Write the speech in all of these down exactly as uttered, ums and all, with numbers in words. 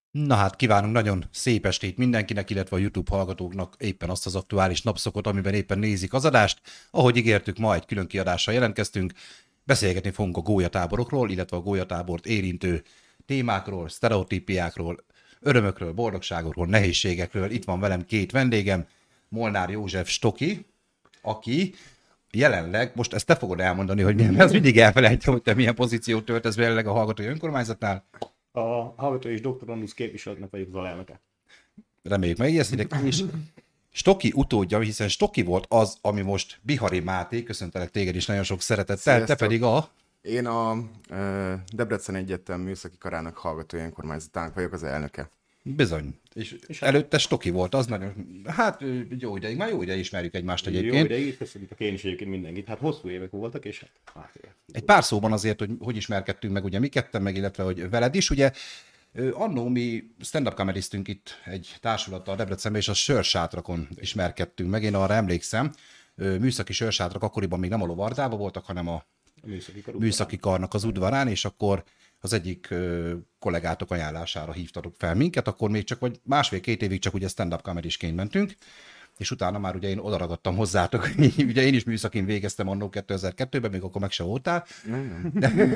Na hát kívánunk nagyon szép estét mindenkinek, illetve a YouTube hallgatóknak éppen azt az aktuális napszokot, amiben éppen nézik az adást. Ahogy ígértük, ma egy külön kiadással jelentkeztünk. Beszélgetni fogunk a gólyatáborokról, illetve a gólyatábort érintő témákról, sztereotípiákról, örömökről, boldogságokról, nehézségekről. Itt van velem két vendégem, Molnár József Stoki, aki jelenleg, most ezt te fogod elmondani, hogy milyen, ez mindig elfelejtem, hogy te milyen pozíciót töltesz be jelenleg a hallgatói önkormányzatnál. A hallgató és doktorandusz képviseletnek vagyok az alelnöke. Reméljük megjegyeztétek. És Stoki utódja, hiszen Stoki volt az, ami most Bihari Máté, köszöntelek téged is nagyon sok szeretettel, Sziasztok. te pedig a... Én a uh, Debrecen Egyetem műszaki karának hallgatói önkormányzatának vagyok az elnöke. Bizony. És, és előtte Stoki volt, az nagyon... Hát jó ideig, már jó ideig ismerjük egymást egyébként. Jó ideig, köszönjük én is egyébként mindenkit. Hát hosszú évek voltak, és hát... hát Egy pár szóban azért, hogy hogy ismerkedtünk meg, ugye mi ketten, meg illetve hogy veled is, ugye annó mi stand-up comediztünk itt egy társulattal Debrecenben, és a sörsátrakon ismerkedtünk meg, én arra emlékszem. Műszaki sörsátrak akkoriban még nem a Lovardában voltak, hanem a, a műszaki, kar műszaki karnak az udvarán, és akkor az egyik ö, kollégátok ajánlására hívtatok fel minket, akkor még csak vagy másfél-két évig csak ugye stand-up comedisként mentünk, és utána már ugye én odaragadtam hozzátok, ugye én is műszakin végeztem annó kétezer-kettőben, még akkor meg se voltál. Nem, nem.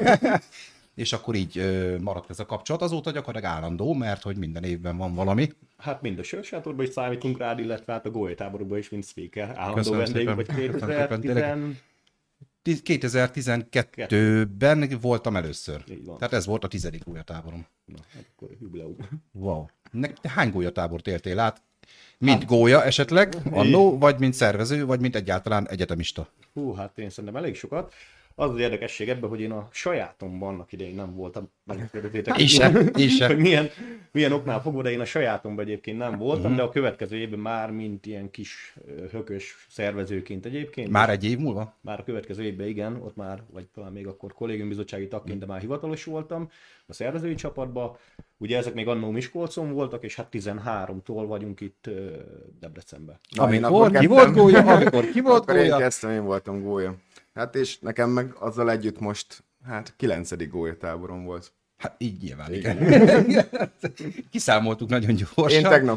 És akkor így ö, maradt ez a kapcsolat. Azóta gyakorlatilag állandó, mert hogy minden évben van valami. Hát mind a sörsátorban is számítunk rád, illetve hát a gólyatáborokban is, mint speaker. Állandó Köszönöm vendégünk, vagy szépen. kétezer-tíz... kétezer-tizenkettőben voltam először. Így van. Tehát ez volt a tizedik gólyatáborom. Na, hát akkor jubileum. Wow. Ne, hány gólyatábort éltél át? Mint gólya esetleg, annó, vagy mint szervező, vagy mint egyáltalán egyetemista? Hú, hát én szerintem elég sokat. Az az érdekesség ebben, hogy én a sajátomban annak idején nem voltam. Megkérdezétek, Én sem, én sem. hogy milyen, milyen oknál fogva, de én a sajátomban egyébként nem voltam, Mhm. de a következő évben már mint ilyen kis ö, hökös szervezőként egyébként. Már egy év múlva? Már a következő évben igen, ott már, vagy talán még akkor kollégiumbizottsági tagként, de már hivatalos voltam a szervezői csapatba. Ugye ezek még annó Miskolcon voltak, és hát tizenháromtól vagyunk itt ö, Debrecenben. Na, én Amikor akkor ki volt kezdtem. gólya, amikor ki volt Akkor én gólya? kezdtem, én voltam gólya. Hát és nekem meg azzal együtt most, hát kilencedik gólyatáborom volt. Hát így nyilván, igen. Kiszámoltuk nagyon gyorsan. Én tegnap.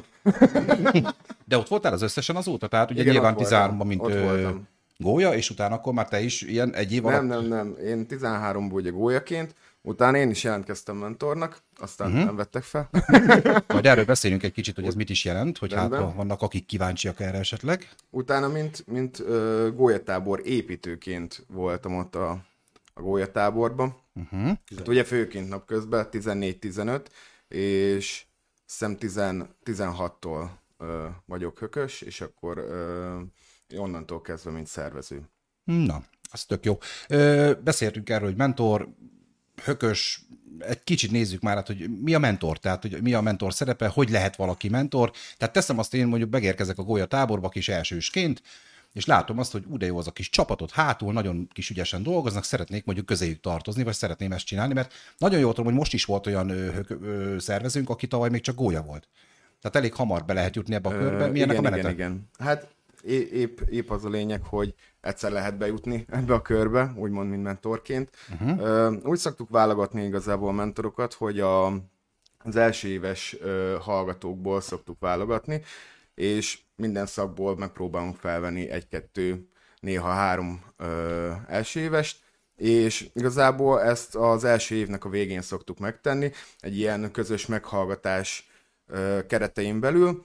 De ott voltál az összesen azóta? Tehát ugye Igen, nyilván ott voltam. tizenháromban, mint Ott ö, voltam. gólya, és utána akkor már te is ilyen egy év alatt... Nem, nem, nem. Én tizenháromból ugye gólyaként, utána én is jelentkeztem mentornak, aztán Mhm. uh-huh. nem vettek fel. Majd erről beszélünk egy kicsit, hogy ez mit is jelent, hogy hát Rendben. ha vannak, akik kíváncsiak erre esetleg. Utána, mint, mint uh, gólyatábor építőként voltam ott a, a gólyatáborban. Uh-huh. Hát ugye főként napközben tizennégy-tizenöt, és hiszem tíz, tizenhattól ö, vagyok hökös, és akkor ö, onnantól kezdve, mint szervező. Na, az tök jó. Ö, beszéltünk erről, hogy mentor, hökös, egy kicsit nézzük már át, hogy mi a mentor, tehát hogy mi a mentor szerepe, hogy lehet valaki mentor. Tehát teszem azt, én mondjuk megérkezek a gólya táborba kis elsősként, és látom azt, hogy ú, de jó az a kis csapatot hátul, nagyon kis ügyesen dolgoznak, szeretnék mondjuk közéjük tartozni, vagy szeretném ezt csinálni, mert nagyon jól tudom, hogy most is volt olyan ö, hök, ö, szervezőnk, aki tavaly még csak gólya volt. Tehát elég hamar be lehet jutni ebbe a körbe. Mi ennek igen, a menete? igen, igen. Hát é- épp, épp az a lényeg, hogy egyszer lehet bejutni ebbe a körbe, úgymond, mint mentorként. Uh-huh. Ö, úgy szoktuk válogatni igazából a mentorokat, hogy a, az első éves ö, hallgatókból szoktuk válogatni, és minden szakból megpróbálunk felvenni egy-kettő, néha három ö, első évest, és igazából ezt az első évnek a végén szoktuk megtenni, egy ilyen közös meghallgatás ö, keretein belül,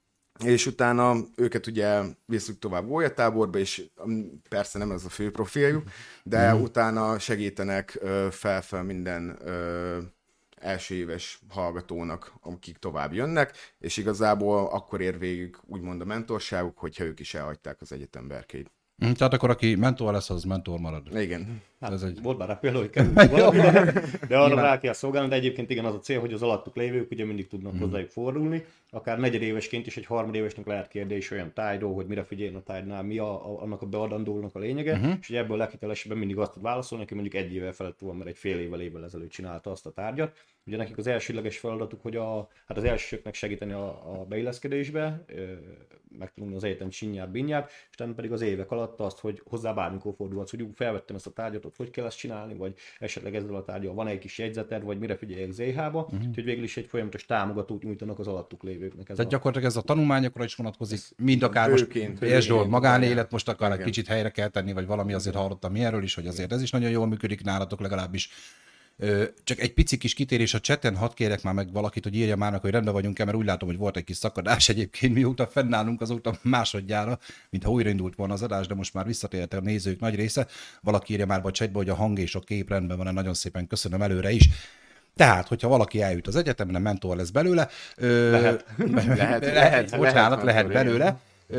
és utána őket ugye visszük tovább gólyatáborba, és mm, persze nem ez a fő profiljuk, de Mhm. utána segítenek ö, felfel minden ö, első éves hallgatónak, akik tovább jönnek, és igazából akkor ér végig úgymond a mentorságuk, hogyha ők is elhagyták az egyetem berkeit. Mm, Tehát akkor aki mentor lesz, az mentor marad. Igen. Hát, Ez egy- volt már rá például, hogy került valami, de, de arra Nyilván. rá kell szolgálni, de egyébként igen az a cél, hogy az alattuk lévők ugye mindig tudnak Mhm. hozzájuk fordulni, akár negyedévesként is egy harmadévesnek lehet kérdés olyan tárgyról, hogy mire figyeljen a tárgynál, mi a, a, annak a beadandónak a lényege, Mhm. és ugye ebből leghitelesebben mindig azt tud válaszolni, aki mondjuk egy évvel felett van, mert egy fél évvel évvel ezelőtt csinálta azt a tárgyat. Ugye nekik az elsődleges feladatuk, hogy a, hát az elsőknek segíteni a, a beilleszkedésbe, ö, megtanulni az egyetem csinyát, binyát, és utána pedig az évek alatt azt, hogy hozzá bármikor fordulhatsz, hogy ú, felvettem ezt a tárgyat, feladat, hogy kell ezt csinálni, vagy esetleg ezzel a tárgyal van egy kis jegyzeted, vagy mire figyeljek zé há-ba, uh-huh. Úgyhogy végül is egy folyamatos támogatót nyújtanak az alattuk lévőknek. Ez Tehát a... gyakorlatilag ez a tanulmányokra is vonatkozik, mind akár most Esdor magánélet, most akár egy kicsit helyre kell tenni, vagy valami, azért hallottam ilyenről is, hogy azért ez is nagyon jól működik nálatok legalábbis. Csak egy pici kis kitérés a chaten, hadd kérek már meg valakit, hogy írja már, hogy rendben vagyunk-e, mert úgy látom, hogy volt egy kis szakadás egyébként, mióta fennállunk azóta másodjára, mintha újraindult volna az adás, de most már visszatért a nézők nagy része. Valaki írja már vagy chatbe, hogy a hang és a kép rendben van, nagyon szépen köszönöm előre is. Tehát, hogyha valaki eljut az egyetemre, mentor lesz belőle. Lehet. lehet, lehet, lehet, bocsánat, lehet belőle.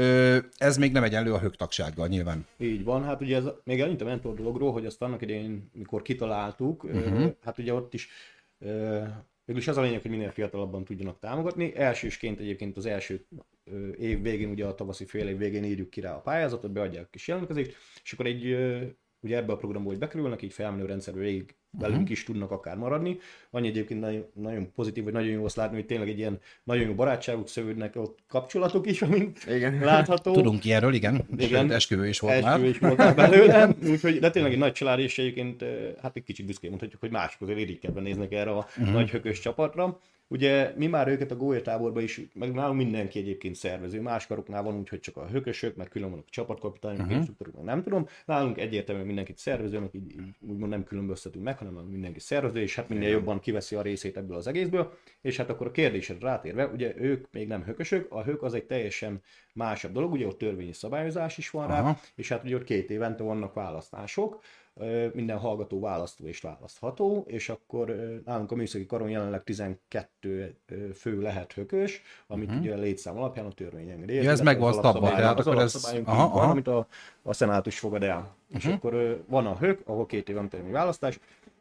Ez még nem egyenlő a högtagsággal nyilván. Így van, hát ugye ez, még annyit a mentor dologról, hogy azt annak idején, mikor kitaláltuk, uh-huh. hát ugye ott is végülis az a lényeg, hogy minél fiatalabban tudjanak támogatni. Elsősként egyébként az első év végén, ugye a tavaszi fél év végén írjuk ki rá a pályázatot, beadják a kis jelentkezést, és akkor egy ugye ebbe a programba, hogy bekerülnek, így felmenő rendszerbe végig velünk uh-huh. is tudnak akár maradni. Annyi egyébként nagyon, nagyon pozitív, vagy nagyon jó azt látni, hogy tényleg egy ilyen nagyon jó barátságuk szövődnek, ott kapcsolatok is, amint igen. látható. Tudunk ilyenről, igen. igen. Esküvő is volt már. Esküvő is volt már belőle. Úgyhogy, de tényleg egy nagy család, és egyébként hát egy kicsit büszkén mondhatjuk, hogy mások azért irigykedve néznek erre a uh-huh. nagy hökös csapatra. Ugye mi már őket a gólyatáborban is, meg nálunk mindenki egyébként szervező, más karoknál van úgy, hogy csak a hökösök, mert külön vannak a csapatkapitányok, uh-huh. instruktorok, meg nem tudom. Nálunk egyértelműen mindenkit szervezőnek, így, így úgymond nem különböztetünk meg, hanem mindenki szervező, és hát minél jobban kiveszi a részét ebből az egészből. És hát akkor a kérdésre rátérve, ugye ők még nem hökösök, a hök az egy teljesen másabb dolog, ugye ott törvényi szabályozás is van rá, uh-huh. és hát ugye ott két évente vannak választások. Minden hallgató választó és választható, és akkor nálunk a műszaki karon jelenleg tizenkettő fő lehet hökös, amit uh-huh. ugye a létszám alapján a törvény engedi. Ja, ez meg van szabva, tehát az akkor ez... Aha, van, aha. amit a, a szenátus fogad el. Uh-huh. És akkor van a hök, ahol két év termi választás.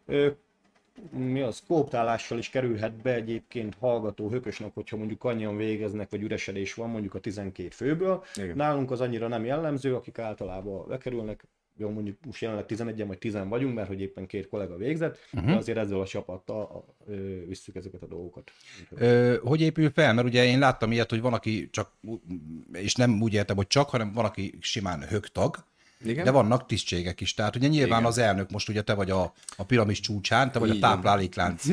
Mi az kóptálással is kerülhet be egyébként hallgató hökösnek, hogyha mondjuk annyian végeznek, vagy üresedés van mondjuk a tizenkét főből. Igen. Nálunk az annyira nem jellemző, akik általában bekerülnek. Jó, mondjuk most jelenleg tizenegyen vagy tízen vagyunk, mert hogy éppen két kollega végzett, uh-huh. de azért ezzel a csapattal ö, visszük ezeket a dolgokat. Ö, hogy épül fel? Mert ugye én láttam ilyet, hogy van, aki csak, és nem úgy értem, hogy csak, hanem van, aki simán högtag, igen? De vannak tisztségek is. Tehát ugye nyilván igen. az elnök, most ugye te vagy a, a piramis csúcsán, te vagy igen. a tápláléklánc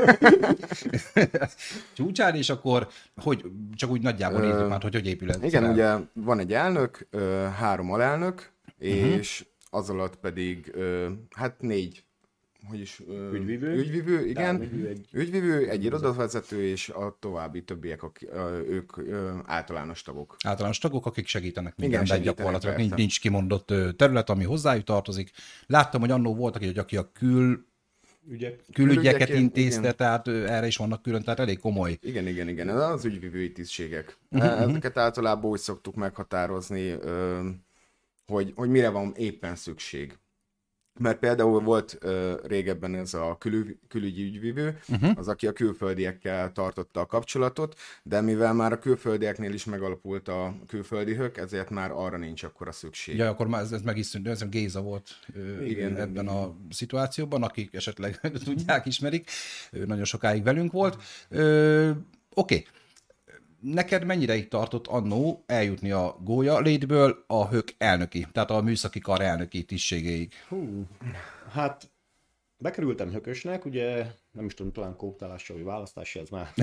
csúcsán, és akkor hogy, csak úgy nagyjából nézzük már, hogy hogy épül ez. Igen, ugye van egy elnök, három alelnök, és uh-huh. az alatt pedig, hát négy, hogy is... Ügyvivő. Ügyvivő, igen. Ügyvivő egy, ügyvivő, egy irodavezető, és a további többiek, akik, ők általános tagok. Általános tagok, akik segítenek mindenben gyakorlatilag. Nincs, nincs kimondott terület, ami hozzájuk tartozik. Láttam, hogy annó voltak, hogy aki a kül... Ügyek. külügyeket intézte, igen. tehát erre is vannak külön, tehát elég komoly. Igen, igen, igen, ez az ügyvivői tisztségek. Uh-huh. Ezeket általában úgy szoktuk meghatározni, hogy, hogy mire van éppen szükség. Mert például volt uh, régebben ez a kül, külügyi ügyvivő, uh-huh. az, aki a külföldiekkel tartotta a kapcsolatot, de mivel már a külföldieknél is megalapult a külföldi hök, ezért már arra nincs akkora szükség. Ja, akkor már ez, ez meg is szűnt, ez Géza volt uh, igen, ebben igen. a szituációban, akik esetleg tudják, ismerik, ő nagyon sokáig velünk volt. Uh, Oké. Okay. Neked mennyire így tartott annó eljutni a gólya létből a hök elnöki, tehát a műszaki kar elnöki tisztségéig? Hú, hát bekerültem hökösnek, ugye nem is tudom, talán kóptálással vagy választással, ez már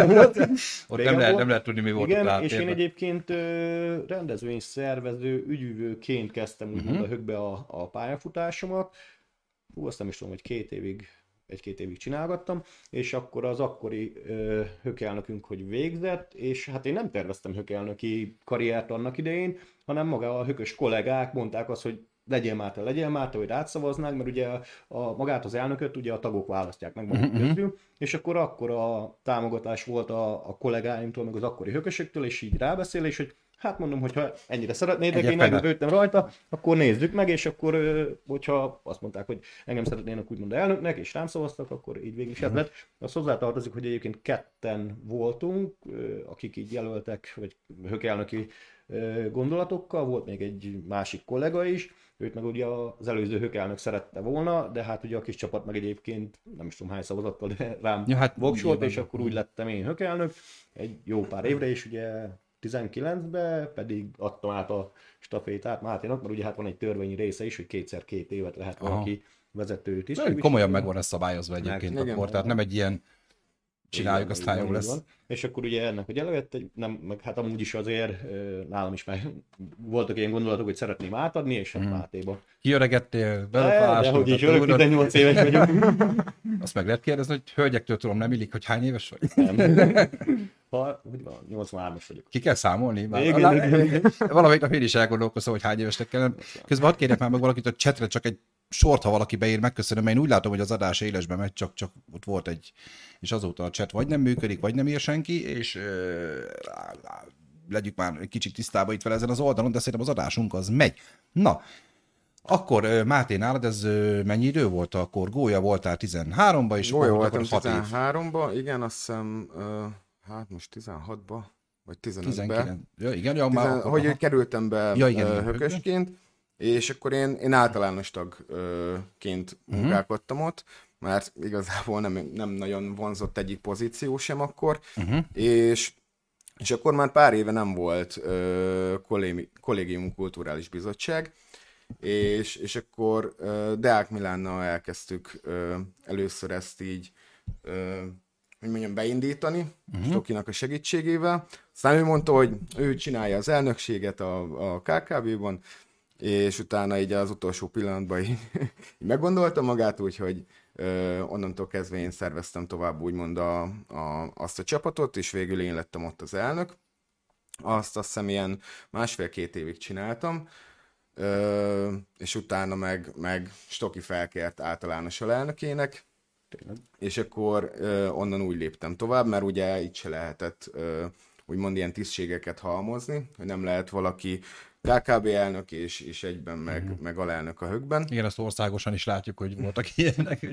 ott nem lehet, nem lehet tudni, mi volt. Igen, és én egyébként rendezvény szervező, ügyvivőként kezdtem úgymond uh-huh. a hökbe a, a pályafutásomat. Hú, azt nem is tudom, hogy két évig egy-két évig csinálgattam, és akkor az akkori ö, hökelnökünk, hogy végzett, és hát én nem terveztem hökelnöki karriert annak idején, hanem maga a hökös kollégák mondták azt, hogy legyél már te, legyél már te, hogy átszavaznánk, mert ugye a, a, magát az elnököt ugye a tagok választják meg maguk uh-huh. közül, és akkor akkor a támogatás volt a, a kollégáimtól, meg az akkori hökösöktől, és így rábeszélés, hogy hát mondom, hogyha ennyire szeretnétek, én megrőttem rajta, akkor nézzük meg, és akkor, hogyha azt mondták, hogy engem szeretnének úgymond elnöknek, és rám szavaztak, akkor így végül is uh-huh. ez lett. Azt hozzátartozik, hogy egyébként ketten voltunk, akik így jelöltek, vagy hökelnöki gondolatokkal, volt még egy másik kollega is, őt meg ugye az előző hökelnök szerette volna, de hát ugye a kis csapat meg egyébként nem is tudom hány szavazattal, de rám ja, hát voksolt, és akkor úgy lettem én hökelnök egy jó pár évre, és ugye tizenkilencben pedig adtam át a stafétát Máténak, mert ugye hát van egy törvényi része is, hogy kétszer két évet lehet valaki vezető tisztségviselő. Komolyan meg van ez szabályozva egyébként Meg, akkor, tehát nem egy ilyen csináljuk, igen, aztán igen, jó lesz. van. És akkor ugye ennek, hogy előtt, nem, meg hát amúgy is azért nálam is már voltak ilyen gondolatok, hogy szeretném átadni, és hát Hmm. Mátéba. Kiöregettél, De, belefásult. de hogy is, örök tizennyolc éves vagyok. Azt meg lehet kérdezni, hogy hölgyektől tudom, nem illik, hogy hány éves vagy? Nem. Ha, hogy van, nyolcvanhármas vagyok. Ki kell számolni? Már Igen, alá- igen. Valamelyik nap én is elgondolkozom, hogy hány évesnek kell. Közben hadd kérjek már meg valakit, hogy csetre csak egy sort, ha valaki beír, megköszönöm, mert én úgy látom, hogy az adás élesben megy, csak, csak ott volt egy, és azóta a chat vagy nem működik, vagy nem ír senki, és ö, legyük már egy kicsit tisztába itt vele ezen az oldalon, de szerintem az adásunk az megy. Na, akkor ö, Máté, nálad ez ö, mennyi idő volt akkor? Gólya voltál tizenháromba, és Gólya akkor voltam hat év. tizenháromba, igen, azt hiszem, uh, hát most tizenhatba, vagy tizenötbe. tizenkilenc. Ja, igen, ja, már Tizen, akkor, hogy aha. kerültem be Ja, igen, uh, igen, hökösként, és akkor én, én általános tagként uh, munkálkodtam ott, mert igazából nem, nem nagyon vonzott egyik pozíció sem akkor, Uh-huh. és, és akkor már pár éve nem volt uh, kollégi, kollégium kulturális bizottság, és, és akkor uh, Deák Milánnal elkezdtük uh, először ezt így uh, hogy mondjam, beindítani, uh-huh. Stokinak a segítségével. Aztán ő mondta, hogy ő csinálja az elnökséget a, a ká ká bé-ban, és utána így az utolsó pillanatban így, így meggondolta magát, úgyhogy ö, onnantól kezdve én szerveztem tovább úgymond a, a, azt a csapatot, és végül én lettem ott az elnök. Azt azt hiszem ilyen másfél-két évig csináltam, ö, és utána meg, meg Stoki felkért általános alelnökének, és akkor ö, onnan úgy léptem tovább, mert ugye itt se lehetett ö, úgymond ilyen tisztségeket halmozni, hogy nem lehet valaki ká ká bé elnök és, és egyben meg, uh-huh. meg alelnök a hökben. Igen, ezt országosan is látjuk, hogy voltak ilyenek.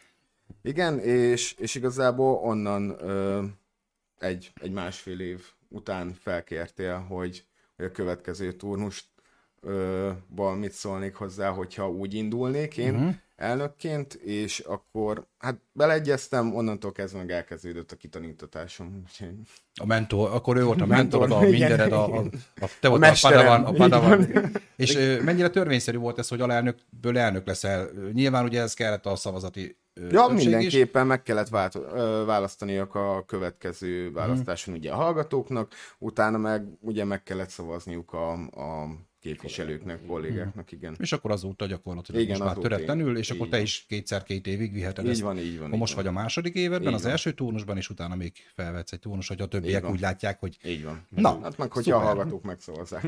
Igen, és, és igazából onnan ö, egy, egy másfél év után felkértél, hogy, hogy a következő turnusban mit szólnék hozzá, hogyha úgy indulnék én uh-huh. elnökként, és akkor hát beleegyeztem, onnantól kezdve meg elkezdődött a kitanítatásom. Úgyhogy... A mentor, akkor ő volt a mentorod, a mindened, a, a, a te volt a a padawan, a padawan. mesterem. És ö, mennyire törvényszerű volt ez, hogy alelnökből elnök leszel? Nyilván ugye ez kellett a szavazati ö, Ja, többség is. mindenképpen meg kellett vált, ö, választaniak a következő választáson ugye a hallgatóknak, utána meg ugye meg kellett szavazniuk a, a képviselőknek, kollégáknak, igen. És akkor azóta gyakorlatilag Igen, most már azóta töretlenül, én- és akkor így te van. is kétszer-két évig viheted Így ezt. van, így van. Akkor így most van. vagy a második évedben, Így az van. első turnusban, és utána még felvetsz egy turnus, hogy a többiek van. úgy látják, hogy Így van. Na, Hát meg, hogyha szuper. a hallgatók megszavazzák.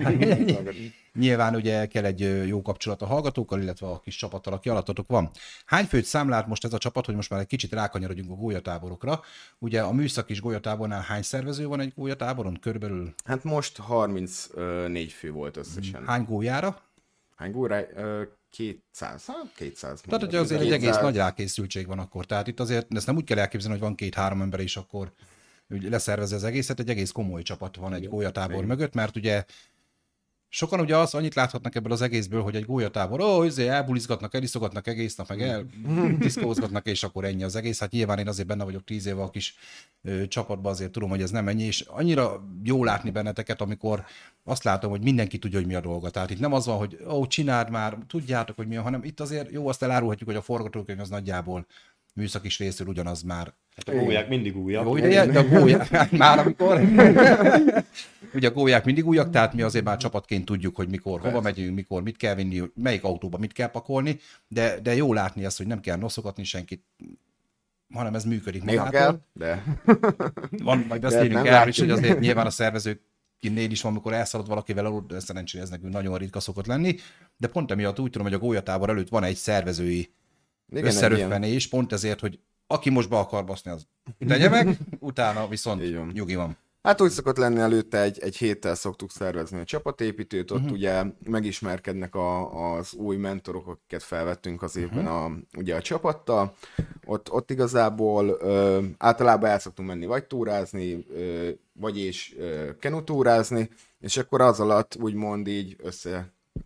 nyilván ugye kell egy ö, jó kapcsolat a hallgatókkal, illetve a kis csapattal, aki alattatok van. Hány főt számlált most ez a csapat, hogy most már egy kicsit rákanyarodjunk a gólyatáborokra? Ugye a műszakis gólyatábornál hány szervező van egy gólyatáboron? Körülbelül Hát most harmincnégy fő volt összesen. hány gólyára? Hány góra? kétszáz. Hát kétszáz. Tehát ugye azért egy egész nagy rákészültség van akkor. Tehát itt azért ezt nem úgy kell elképzelni, hogy van két-három ember, és akkor úgy leszervezi az egészet, egy egész komoly csapat van egy gólyatábor mögött, mert ugye sokan ugye az annyit láthatnak ebből az egészből, hogy egy gólyatábor, ó, izé, elbulizgatnak, eliszogatnak egész nap, meg eldiszkózgatnak, és akkor ennyi az egész. Hát nyilván én azért benne vagyok tíz éve a kis ö, csapatban, azért tudom, hogy ez nem ennyi, és annyira jó látni benneteket, amikor azt látom, hogy mindenki tudja, hogy mi a dolga. Tehát itt nem az van, hogy ó, csináld már, tudjátok, hogy mi a, hanem itt azért jó, azt elárulhatjuk, hogy a forgatókönyv az nagyjából műszakis részről ugyanaz már. Hát a gólyák mindig újabb. Jó ideje, de a gólyák már amikor. Ugye a gólyák mindig újak, tehát mi azért már csapatként tudjuk, hogy mikor, hova megyünk, mikor, mit kell vinni, melyik autóba mit kell pakolni, de, de jó látni ezt, hogy nem kell noszogatni senkit, hanem ez működik Néha magától. kell, de... Van, majd De beszélünk nem erről is, hogy látjuk. azért nyilván a szervezők nél is van, amikor elszalad valakivel alul, de szerencsére ez nekünk nagyon ritka szokott lenni, de pont emiatt úgy tudom, hogy a gólyatábor előtt van egy szervezői Igen, egy összeröffenés, pont ezért, hogy aki most be akar baszni, az tegye meg, utána Így viszont van. nyugi van. Hát úgy szokott lenni előtte, egy, egy héttel szoktuk szervezni a csapatépítőt, ott uh-huh. ugye megismerkednek a, az új mentorok, akiket felvettünk az évben uh-huh. a, ugye a csapattal. Ott, ott igazából ö, általában el szoktunk menni vagy túrázni, ö, vagy és ö, kenutúrázni, és akkor az alatt úgymond így össze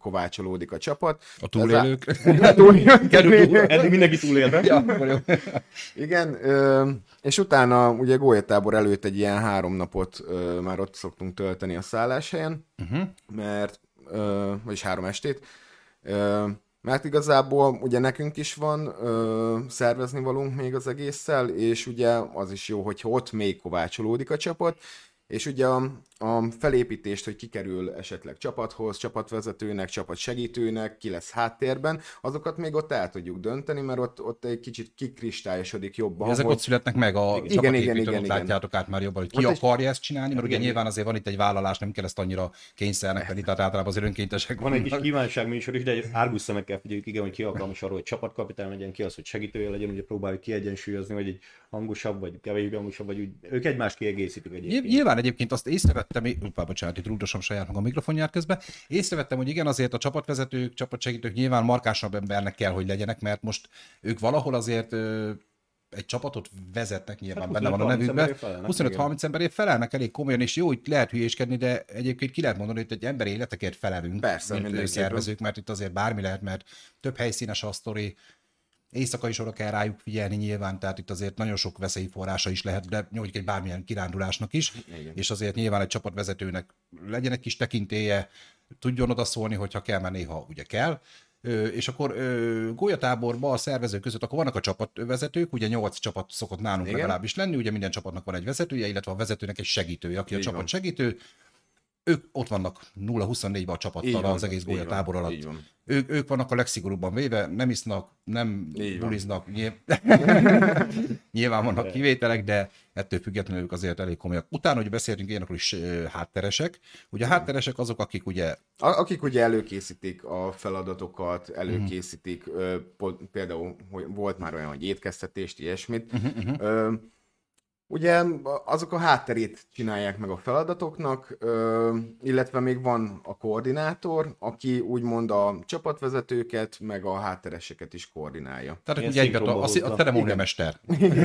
kovácsolódik a csapat. A túlélők. A túlélők. Eddig mindenki túlélte. Ja, jó. Igen, ö, és utána ugye gólyatábor előtt egy ilyen három napot ö, már ott szoktunk tölteni a szálláshelyen, uh-huh. mert, ö, vagyis három estét, ö, mert igazából ugye nekünk is van ö, szervezni valunk még az egésszel, és ugye az is jó, hogyha ott még kovácsolódik a csapat, és ugye a, a felépítést, hogy kikerül esetleg csapathoz, csapatvezetőnek, csapatsegítőnek, ki lesz háttérben, azokat még ott el tudjuk dönteni, mert ott, ott egy kicsit kikristályosodik jobban. Ezek hogy... ott születnek meg a igen, csapatépítőn, igen, ott igen, látjátok át már jobban, hogy ki ott akarja ezt csinálni, mert igen, ugye nyilván azért van itt egy vállalás, nem kell ezt annyira kényszernek venni, tehát általában azért önkéntesek van egy kis kívánságműsor is, de egy árgus szemekkel figyeljük, igen, hogy ki alkalmas arra, hogy csapatkapitány legyen, ki az, hogy segítője legyen, ugye próbáljuk kiegyensúlyozni, hogy egy hangosabb, vagy kevésbé hangosabb, vagy úgy, ők egymást kiegészítik egyébként. Nyilván egyébként azt észrevettem, upá, bocsánat, itt rúdosom saját magam a mikrofonját közben, észrevettem, hogy igen, azért a csapatvezetők, csapatsegítők nyilván markánsabb embernek kell, hogy legyenek, mert most ők valahol azért ö, egy csapatot vezetnek, nyilván hát benne van a nevükben. huszonöt-harminc emberért felelnek elég komolyan, és jó, itt lehet hülyéskedni, de egyébként ki lehet mondani, hogy egy ember életekért felelünk, persze, mint szervezők, mert itt azért bármi lehet, mert több helyszínes a sztori, éjszaka is oda kell rájuk figyelni nyilván, tehát itt azért nagyon sok veszélyforrása is lehet, de mondjuk egy bármilyen kirándulásnak is, igen. És azért nyilván egy csapatvezetőnek legyen egy kis tekintélye, tudjon odaszólni, hogyha kell, mert néha ugye kell. Ö, és akkor ö, gólyatáborban a szervezők között akkor vannak a csapatvezetők, ugye nyolc csapat szokott nálunk igen. legalábbis lenni, ugye minden csapatnak van egy vezetője, illetve a vezetőnek egy segítője, aki így a csapat van. Segítő. Ők ott vannak nulla huszonnégyben a csapattal van, az egész gólyatábor alatt. Ők, ők vannak a legszigorúbban véve, nem isznak, nem buliznak. Nyilván vannak kivételek, de ettől függetlenül ők azért elég komolyak. Utána, hogy beszéltünk ilyenekről is hátteresek. Ugye a hátteresek azok, akik ugye... Akik ugye előkészítik a feladatokat, előkészítik, uh-huh. például volt már olyan, hogy étkeztetést, ilyesmit. Uh-huh, uh-huh. Ugye azok a hátterét csinálják meg a feladatoknak, illetve még van a koordinátor, aki úgymond a csapatvezetőket, meg a háttereseket is koordinálja. Tehát ugye egyben a, a ceremóniamester,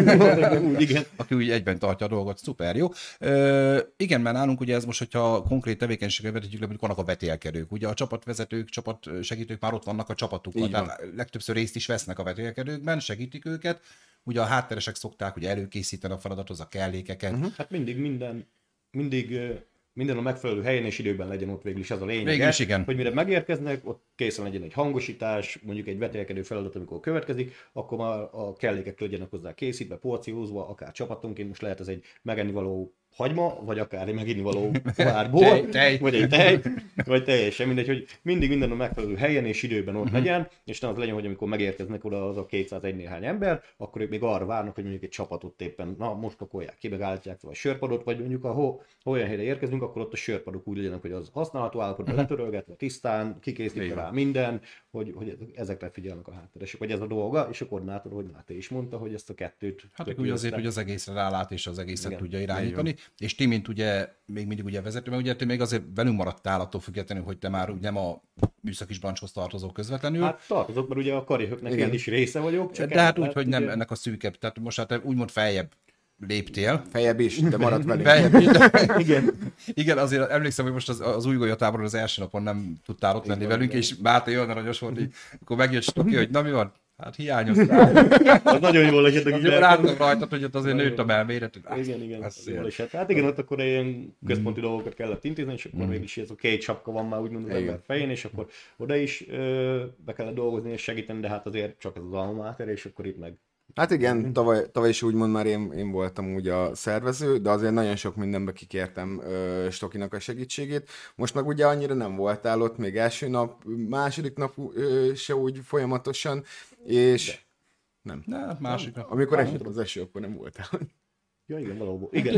aki úgy egyben tartja a dolgot, szuper jó. Ö, igen, mert nálunk ugye ez most, hogyha konkrét tevékenységet vetítjük le, mondjuk vannak a vetélkedők. Ugye a csapatvezetők, csapatsegítők már ott vannak a csapatukkal, tehát legtöbbször részt is vesznek a vetélkedőkben, segítik őket. Ugye a hátteresek szokták ugye előkészíteni a feladathoz a kellékeket. Uh-huh. Hát mindig minden, mindig minden a megfelelő helyen és időben legyen ott végül is az a lényeg. Hogy mire megérkeznek, ott készen legyen egy hangosítás, mondjuk egy vetélkedő feladat, amikor következik, akkor már a kellékek legyenek hozzá készítve, porciózva, akár csapatonként, most lehet ez egy megennivaló hagyma, vagy akár egy meginnivaló pohárból, tej, tej. vagy egy tej, vagy teljesen mindegy, hogy mindig minden a megfelelő helyen és időben ott uh-huh. legyen, és nem az legyen, hogy amikor megérkeznek oda az a kétszázegy néhány ember, akkor ők még arra várnak, hogy mondjuk egy csapatot éppen, na most pakolják ki, megállítják fel a sörpadot, vagy mondjuk a ho, olyan helyre érkezünk, akkor ott a sörpadok úgy legyenek, hogy az használható állapotban uh-huh. letörölgetve, tisztán, kikészítve rá minden, hogy, hogy ezekre figyelnek a hátteresek, vagy ez a dolga, és a koordinátor, hogy Máté is mondta, hogy ezt a kettőt... Hát úgy azért, hogy az egészre rálát és az egészet igen. tudja irányítani. És ti, mint ugye még mindig ugye vezető, mert ugye te még azért velünk maradtál attól függetlenül, hogy te már nem a műszaki branchhoz tartozó közvetlenül. Hát tartozok, mert ugye a karihöknek én is része vagyok. Csak de hát úgy, hogy nem ugye... ennek a szűkebb, tehát most hát úgymond feljebb léptél. Feljebb is, de maradt velünk. Feljebb is, de... igen. Igen, azért emlékszem, hogy most az, az új golyatáboron az első napon nem tudtál ott lenni velünk, és Máté olyan aranyos volt, hogy akkor megjött Stoki, hogy na mi van? Hát hiányoztál. Az nagyon jól esett. Láttam rajtad, hogy ott azért nőtt a melméret. Igen, igen. Jól esett. Hát igen, ott akkor ilyen központi dolgokat kellett intézni, és akkor végül is ez a két sapka van már úgymond az ember fején, és akkor oda is be kellett dolgozni és segíteni, de hát azért csak ez az alma mater, és akkor itt meg. Hát igen, tavaly, tavaly is úgymond már én, én voltam úgy a szervező, de azért nagyon sok mindenbe kikértem ö, Stokinak a segítségét. Most meg ugye annyira nem voltál ott, még első nap, második nap ö, se úgy folyamatosan, és de. nem. De, másik nap. Amikor esett az eső, akkor nem voltál. Ja, igen, valóban. Igen.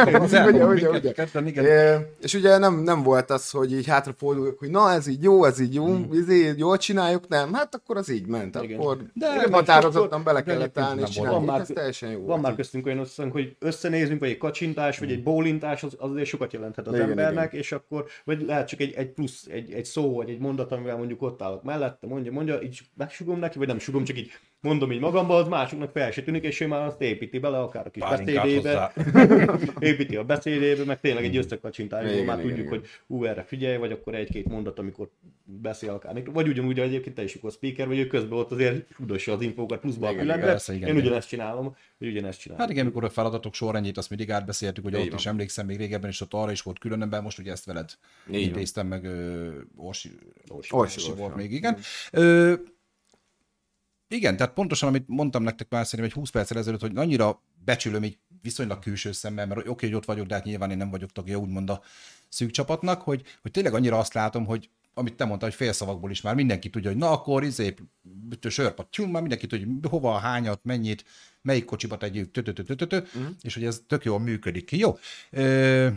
igen. És ugye nem, nem volt az, hogy így hátrafordulok, hogy na ez így jó, ez így jó, hmm. ezért jól csináljuk, nem, hát akkor az így ment. Igen. Akkor de határozottan bele kellett állni és csinálni. Van, ez teljesen jó. Van már köztünk olyan összeünk, hogy összenézünk, vagy egy kacsintás, vagy egy bólintás, az azért sokat jelenthet az igen, embernek, igen. És akkor, vagy lehet csak egy, egy plusz, egy, egy szó, vagy egy mondat, amivel mondjuk ott állok mellette, mondja, mondja, így megsugom neki, vagy nem sugom, csak így mondom így magamban, az másoknak fel se tűnik, és ő már azt építi bele, akár a kis Pálinkát beszédébe, építi a beszédébe, meg tényleg egy összekacsintásból már igen, tudjuk, igen. hogy ú, erre figyelj, vagy akkor egy-két mondat, amikor beszél akár, vagy ugyanúgy egyébként te is a speaker, vagy ő közben ott azért fudossa az infókat pluszba a Igen, fületbe. persze, igen, Én igen. ugyanezt csinálom, hogy ugyanezt csinálom. Hát igen, amikor a feladatok sorrendjét, azt mindig átbeszéltük, hogy Így ott van. is emlékszem, még régebben is ott arra is volt különben, most ugye ezt veled Így intéztem meg, ö, Orsi, Orsi, Orsi Orsi, volt Orsi. még, igen. Ö, igen, tehát pontosan, amit mondtam nektek már szerintem egy húsz perccel ezelőtt, hogy annyira becsülöm így viszonylag külső szemmel, mert oké, okay, hogy ott vagyok, de hát nyilván én nem vagyok tagja úgymond a szűk csapatnak, hogy, hogy tényleg annyira azt látom, hogy amit te mondtad, hogy félszavakból is már mindenki tudja, hogy na akkor izé, sörpat, tyum, már mindenki tudja, hogy hova, hányat, mennyit, melyik kocsiba tegyük, tötötötötötö, uh-huh. és hogy ez tök jól működik. Jó. Ö,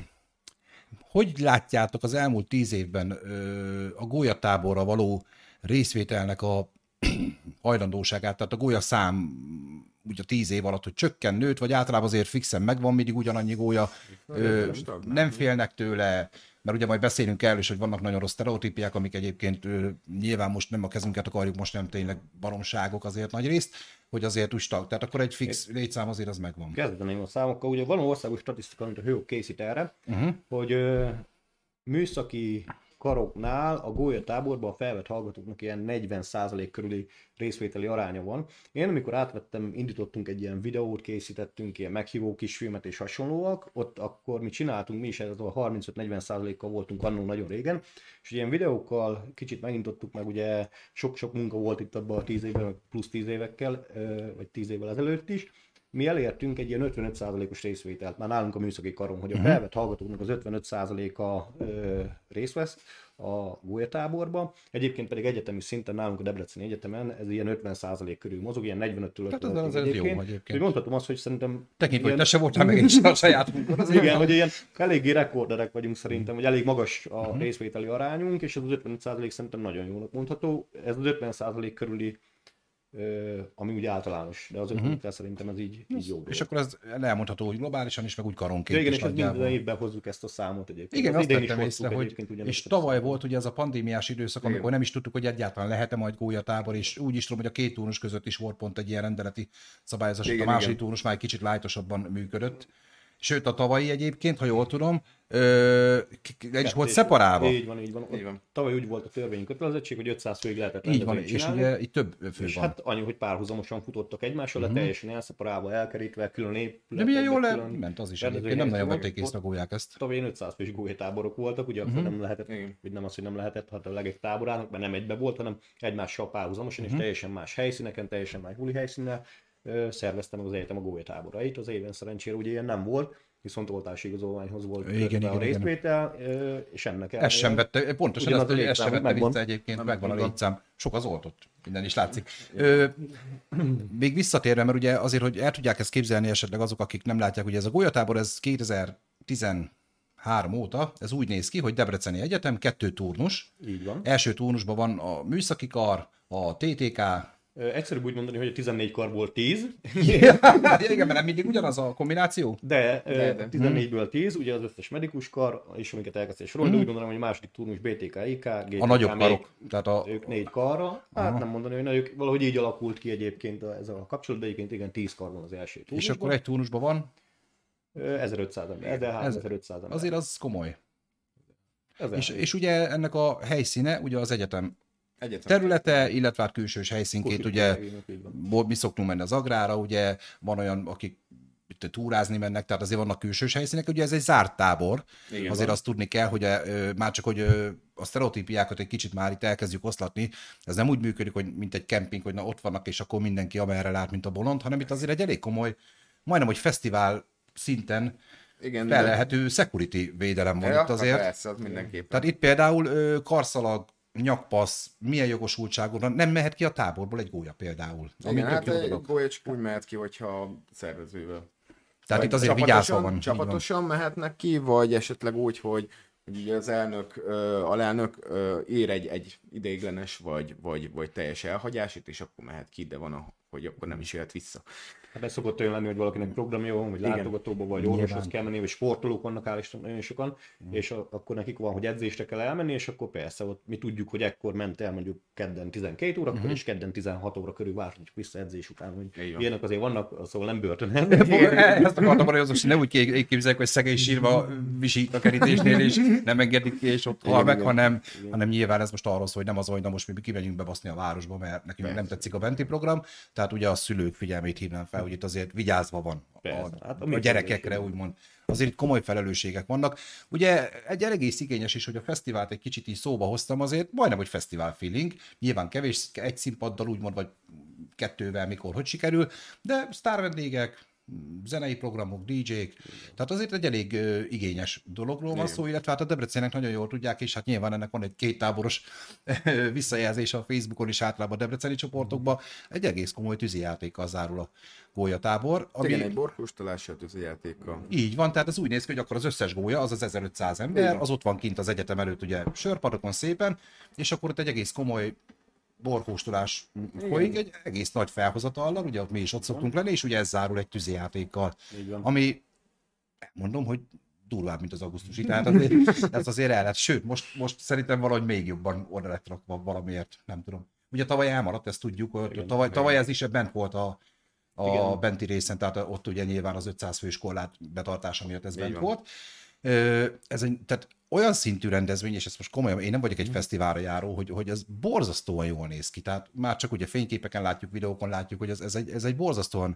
hogy látjátok az elmúlt tíz évben ö, a gólyatáborra való részvételnek a hajlandóságát, tehát a gólya szám ugye tíz év alatt, hogy csökken, nőtt, vagy általában azért fixen megvan mindig ugyanannyi gólya, ö, nem félnek tőle, mert ugye majd beszélünk el is, hogy vannak nagyon rossz sztereotípiák, amik egyébként ö, nyilván most nem a kezünket akarjuk, most nem tényleg baromságok azért nagy részt, hogy azért úgy tag, tehát akkor egy fix létszám azért az megvan. Kezdeném a számokkal. Ugye van országos statisztika, amit a Hőok készít erre, Uh-huh. hogy ö, műszaki karoknál a gólyatáborban a felvett hallgatóknak ilyen negyven százalék körüli részvételi aránya van. Én amikor átvettem, indítottunk egy ilyen videót, készítettünk ilyen meghívó kisfilmet és hasonlóak, ott akkor mi csináltunk, mi is ez a harmincöt-negyven százalékkal voltunk annól nagyon régen, és ilyen videókkal kicsit megindítottuk meg, ugye sok-sok munka volt itt abban a tíz évben, plusz tíz évekkel, vagy tíz évvel ezelőtt is. Mi elértünk egy ilyen ötvenöt százalékos részvételt, már nálunk a műszaki karon, hogy a felvett hallgatóknak az ötvenöt százaléka részt vesz a gólyatáborba. Egyébként pedig egyetemi szinten nálunk a Debreceni Egyetemen ez ilyen ötven százalék körül mozog, ilyen negyvenöttől ötvenig. Tehát ez, ez jó egyébként. Úgyhogy mondhatom azt, hogy szerintem... Tekintve, hogy te se voltál meg én is a sajátunkon. Az igen, hogy ilyen eléggé rekorderek vagyunk szerintem, hogy elég magas a uh-huh. részvételi arányunk, és ez az ötvenöt százalék szerintem nagyon jónak mondható. Ez az ötven százalék körüli Ö, ami úgy általános, de az ötvenöt uh-huh. szerintem ez így, így jó. És akkor ez elmondható, hogy globálisan is, meg úgy karonként. Ja, igen, is és ez nagyjából. minden évben hozzuk ezt a számot egyébként. Igen, az azt tettem észre, hogy és tavaly számot. volt ugye az a pandémiás időszak, amikor igen. nem is tudtuk, hogy egyáltalán lehet-e majd gólyatábor, és úgy is tudom, hogy a két turnus között is volt pont egy ilyen rendeleti szabályozás, igen, a második turnus már egy kicsit lájtosabban működött. Sőt, a tavalyi egyébként, ha jól tudom, ö, egy is volt szeparálva. Így van, így van. Így van. Tavaly úgy volt a törvényi kötelezettség, hogy ötszáz főig lehetett így van, és ugye itt több fő és van. hát annyi, hogy párhuzamosan futottak egymással, uh-huh. teljesen elszeparálva, elkerítve, külön épületekbe. De milyen jól le... ment az is egyébként, nem nagyon vették észre a gólyák ezt. Tavaly ötszáz fős gólyatáborok voltak, ugye uh-huh. akkor nem lehetett, vagy nem az, hogy nem lehetett, hát a legek táborának, mert nem egybe volt, hanem egymással párhuzamosan, uh-huh. és teljesen más helyszíneken, teljesen más buli helyszínnel szerveztem az egyetem a gólyatáborait. Az éven szerencsére ugye ilyen nem volt, viszont oltási igazolványhoz volt igen, igen, a részvétel, igen. És ennek el. Ez sem vette, pontosan azt, hogy ez sem vette vissza egyébként, nem megvan a létszám. Sok az oltott, minden is látszik. Ö, még visszatérve, mert ugye azért, hogy el tudják ezt képzelni esetleg azok, akik nem látják, hogy ez a gólyatábor, ez kétezer-tizenhárom óta, ez úgy néz ki, hogy Debreceni Egyetem, kettő turnus. Így van. Első turnusban van a műszaki kar, a té té ká, egyszerűbb úgy mondani, hogy a tizennégy karból tíz. Igen, mert nem mindig ugyanaz a kombináció? De, de, de. tizennégyből tíz, ugye az összes medikus kar, és amiket elkezdtél sorolni, de úgy gondolom, hogy a második turnus bé té ká, i ká, gé té ká, a nagyobb karok. Tehát a... Ők négy karra, hát aha. nem mondani, hogy nagyok, valahogy így alakult ki egyébként ez a kapcsolat, de egyébként igen, tíz kar van az első turnusban. És akkor egy turnusban van? ezerötszáz ember, ezerhárom-ezerötszáz ember. Azért az komoly. És, és ugye ennek a helyszíne, ugye az egyetem Egyetem. területe, illetve hát külsős helyszínként, ugye mi szoktunk menni az agrára, ugye van olyan, akik itt túrázni mennek, tehát azért vannak külsős helyszínek, ugye ez egy zárt tábor, igen, azért van. Azt tudni kell, hogy ö, már csak, hogy ö, a sztereotípiákat egy kicsit már itt elkezdjük oszlatni, ez nem úgy működik, hogy mint egy kemping, hogy na ott vannak, és akkor mindenki amerre lát, mint a bolond, hanem itt azért egy elég komoly, majdnem, hogy fesztivál szinten igen, felelhető de... security védelem van ja, itt azért. Persze, az mindenképpen. Tehát itt például ö, karszalag, nyakpassz, milyen jogosultságon, nem mehet ki a táborból egy gólya például. Igen, hát egy gólya csak úgy mehet ki, hogyha szervezővel. Tehát itt azért vigyázva van. Csapatosan mehetnek ki, vagy esetleg úgy, hogy ugye az elnök, uh, alelnök uh, ér egy, egy ideiglenes, vagy, vagy, vagy teljes elhagyását, és akkor mehet ki, de van, a, hogy akkor nem is jöhet vissza. Hát ez szokott olyan lenni, hogy valakinek programja van, vagy látogatóba, vagy orvoshoz kell menni, vagy sportolók vannak állítólag nagyon sokan, mm. és a, akkor nekik van, hogy edzésre kell elmenni, és akkor persze ott mi tudjuk, hogy ekkor ment el mondjuk kedden tizenkét órakor, mm-hmm. és kedden tizenhat óra körül várhatjuk vissza edzés után, hogy ilyenek azért vannak, szóval nem börtön. Ezt akartam mondani, hogy nem úgy képzeljük, hogy szegény sírva visít a kerítésnél, és nem engedik ki, és ott hal meg, hanem, hanem nyilván ez most arról szól, hogy nem az, hogy na most mi kimegyünk bebaszni a városba, mert nekünk nem tetszik a benti program, tehát ugye a szülők figyelmét hívnám fel, hogy itt azért vigyázva van a, hát a, a gyerekekre, úgymond. Azért itt komoly felelősségek vannak. Ugye egy egész igényes is, hogy a fesztivált egy kicsit így szóba hoztam, azért majdnem, hogy fesztivál feeling. Nyilván kevés, egy színpaddal úgymond, vagy kettővel, mikor, hogy sikerül, de sztárvendégek, zenei programok, dé jék, tehát azért egy elég uh, igényes dologról van szó, illetve hát a Debrecennek nagyon jól tudják, és hát nyilván ennek van egy kéttáboros visszajelzés a Facebookon is általában a debreceni csoportokban, egy egész komoly tűzijátékkal zárul a gólyatábor. Ami... Igen, egy borkóstolással tűzijátékkal. Így van, tehát ez úgy néz ki, hogy akkor az összes gólya, az az ezerötszáz ember, az ott van kint az egyetem előtt ugye sörpadokon szépen, és akkor ott egy egész komoly borkóstolás folyik egy egész nagy felhozatallal, ugye ott mi is ott szoktunk lenni, és ugye ez zárul egy tűzijátékkal, ami, mondom, hogy durvább, mint az augusztusi, tehát azért, ez azért el lett, sőt, most, most szerintem valahogy még jobban oda lett rakva valamiért, nem tudom. Ugye tavaly elmaradt, ezt tudjuk, hogy tavaly, tavaly ez is bent volt a, a benti részen, tehát ott ugye nyilván az ötszáz fős korlát betartása miatt ez bent volt. Ez egy, tehát olyan szintű rendezvény, és ezt most komolyan, én nem vagyok egy fesztiválra járó, hogy, hogy ez borzasztóan jól néz ki. Tehát már csak ugye fényképeken látjuk, videókon látjuk, hogy ez, ez, egy, ez egy borzasztóan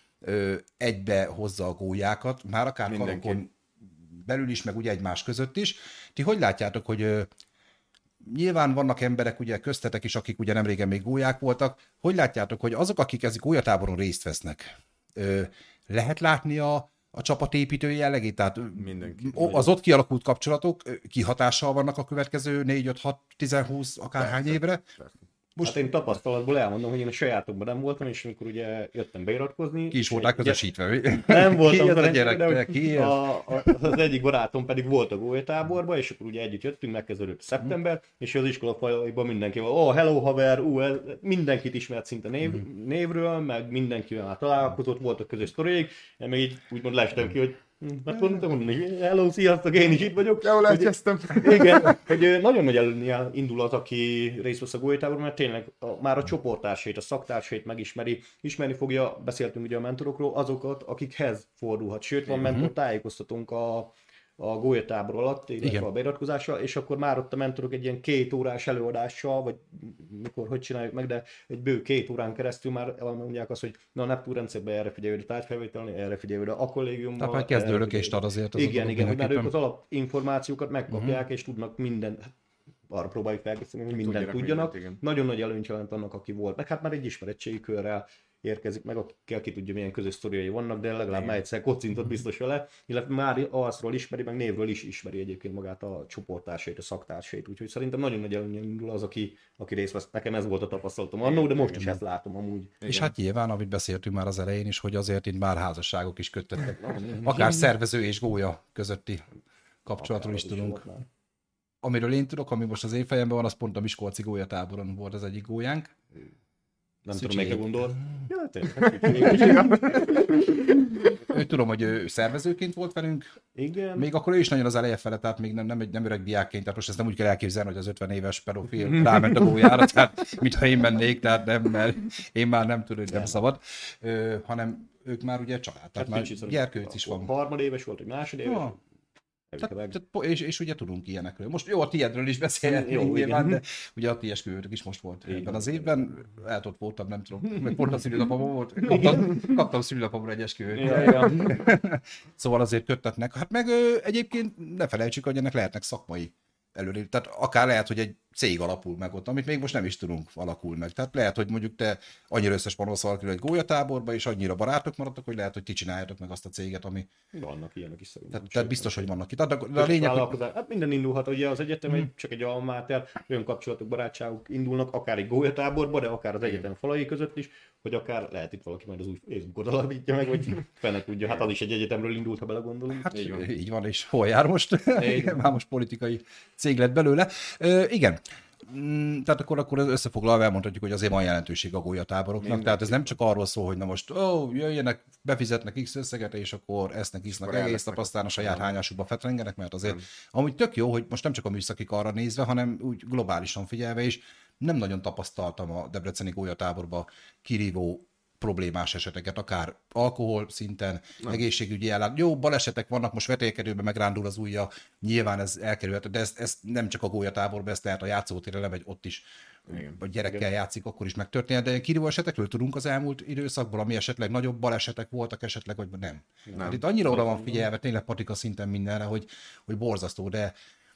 ö, egybe hozza a gólyákat, már akár karokon belül is, meg ugye egymás között is. Ti hogy látjátok, hogy ö, nyilván vannak emberek, ugye köztetek is, akik ugye nem régen még gólyák voltak, hogy látjátok, hogy azok, akik ezik gólyatáboron részt vesznek, ö, lehet látni a a csapatépítő jellegét, tehát mindenki. Az ott kialakult kapcsolatok kihatással vannak a következő négy öt hat tíz húsz akárhány persze, évre. Persze. Most hát én tapasztalatból elmondom, hogy én a sajátokban nem voltam, és amikor ugye jöttem beiratkozni. Ki is voltál közösítve? Nem voltam, ki ez a gyerek, ki ez? A, a, az egyik barátom pedig volt a gólyatáborban, és akkor ugye együtt jöttünk, megkezdődött szeptember, és az iskolafajban mindenki van, oh, hello haver, ú, uh, mindenkit ismert szinte név, mm. névről, meg mindenkivel már találkozott, voltak közös sztoriék, én meg így úgymond lestem ki, hogy hát mondtam mondani, hello, sziasztok, én is itt vagyok. Jól elkezdtem. Igen, hogy nagyon nagy előnye indul az, aki részt vesz a gólyatáborban, mert tényleg a, már a csoporttársait, a szaktársait megismeri, ismerni fogja, beszéltünk ugye a mentorokról, azokat, akikhez fordulhat. Sőt, van mentor, tájékoztatunk a, a gólyatábor alatt, illetve a beiratkozással, és akkor már ott a mentorok egy ilyen két órás előadással, vagy mikor, hogy csináljuk meg, de egy bő két órán keresztül már elmondják azt, hogy na a Neptun rendszerben erre figyelj, a tárgyfelvételni, erre figyelj, a kollégiumban. Tehát már kezdőlökést ad azért. Az igen, az igen, hogy már ők az alapinformációkat megkapják, uh-huh. és tudnak minden, arra próbáljuk felkészíteni, hogy mindent tudjanak. tudjanak. Mindent, nagyon nagy előnyt jelent annak, aki volt. Meg hát már egy ismerettségi körrel érkezik meg, akikkel ki tudja, milyen közös sztoriai vannak, de legalább már egyszer kocintott biztos vele, illetve már arcról ismeri, meg névről is ismeri egyébként magát a csoporttársait, a szaktársait, úgyhogy szerintem nagyon nagy előnye indul az, aki, aki részt vesz. Nekem ez volt a tapasztalatom annó, de most is ezt látom amúgy. És igen. Hát nyilván, amit beszéltünk már az elején is, hogy azért itt már házasságok is köttettek. Akár szervező és gólya közötti kapcsolatról is tudunk. Amiről én tudok, ami most az én fejemben van, az pont a Miskolci gólyatáboron volt az egyik gólyánk. Nem tudom, melyikre gondol. Ja, ő tudom, hogy ő szervezőként volt velünk. Igen. Még akkor ő is nagyon az eleje fele, tehát még nem, nem, nem öreg diákként, tehát most ezt nem úgy kell elképzelni, hogy az ötven éves pedofil ráment a gólyára, tehát mintha én mennék, tehát nem, mert én már nem tudom, hogy nem szabad, ö, hanem ők már ugye család, tehát hát már gyerkőc is van. Harmadéves volt, vagy másodéves. Ja. Tehát, tehát, és, és ugye tudunk ilyenekről. Most jó, a tiédről is beszélhetünk nyilván, de ugye a ti esküvőtök is most volt ebben az évben. Lehet ott voltam, nem tudom, meg pont a szülinapomon volt. Kaptam, kaptam szülinapomra egy esküvőt. Ja, ja. Szóval azért köttetnek. Hát meg ö, egyébként ne felejtsük, hogy ennek lehetnek szakmai előre. Tehát akár lehet, hogy egy cég alapul meg ott, amit még most nem is tudunk alakul meg. Tehát lehet, hogy mondjuk te annyira összes panaszol egy gólyatáborba, és annyira barátok maradtak, hogy lehet, hogy ti csináljátok meg azt a céget, ami... Vannak ilyenek is szerintem. Tehát, tehát biztos, hogy vannak itt. De a lényeg, hogy... Hát minden indulhat, ugye az egyetem hmm. csak egy alma mater, olyan kapcsolatok, barátságok indulnak, akár egy gólyatáborba, de akár az egyetem falai között is, hogy akár lehet itt valaki majd az új Facebookot alapítja meg, vagy fene tudja. Hát az is egy egyetemről indult, ha belegondolunk. Hát így van, így van és hol jár most? Már most politikai cég lett belőle. Ö, igen. Mm, tehát akkor, akkor összefoglalva elmondhatjuk, hogy azért van jelentőség a gólyatáboroknak. Minden tehát ez nem csak arról szól, hogy na most ó, jöjjenek, befizetnek X összeget, és akkor esznek, isznak egész nap, aztán a saját hányásukba fetrengenek, mert azért nem. Amúgy tök jó, hogy most nem csak a műszakik arra nézve, hanem úgy globálisan figyelve is, nem nagyon tapasztaltam a debreceni gólyatáborba kirívó problémás eseteket, akár alkohol szinten, nem. egészségügyi ellát. Jó, balesetek vannak, most vetélkedőben megrándul az ujja, nyilván ez elkerülhető, de ezt, ezt nem csak a gólyatáborban, ezt lehet a játszótérre lemegy, ott is igen. a gyerekkel igen. játszik, akkor is megtörténhet, de kirívó esetekről tudunk az elmúlt időszakból, ami esetleg nagyobb balesetek voltak esetleg, vagy nem. nem. Hát itt annyira oda van figyelve, tényleg patika szinten mindenre, hogy, hogy borzasztó, de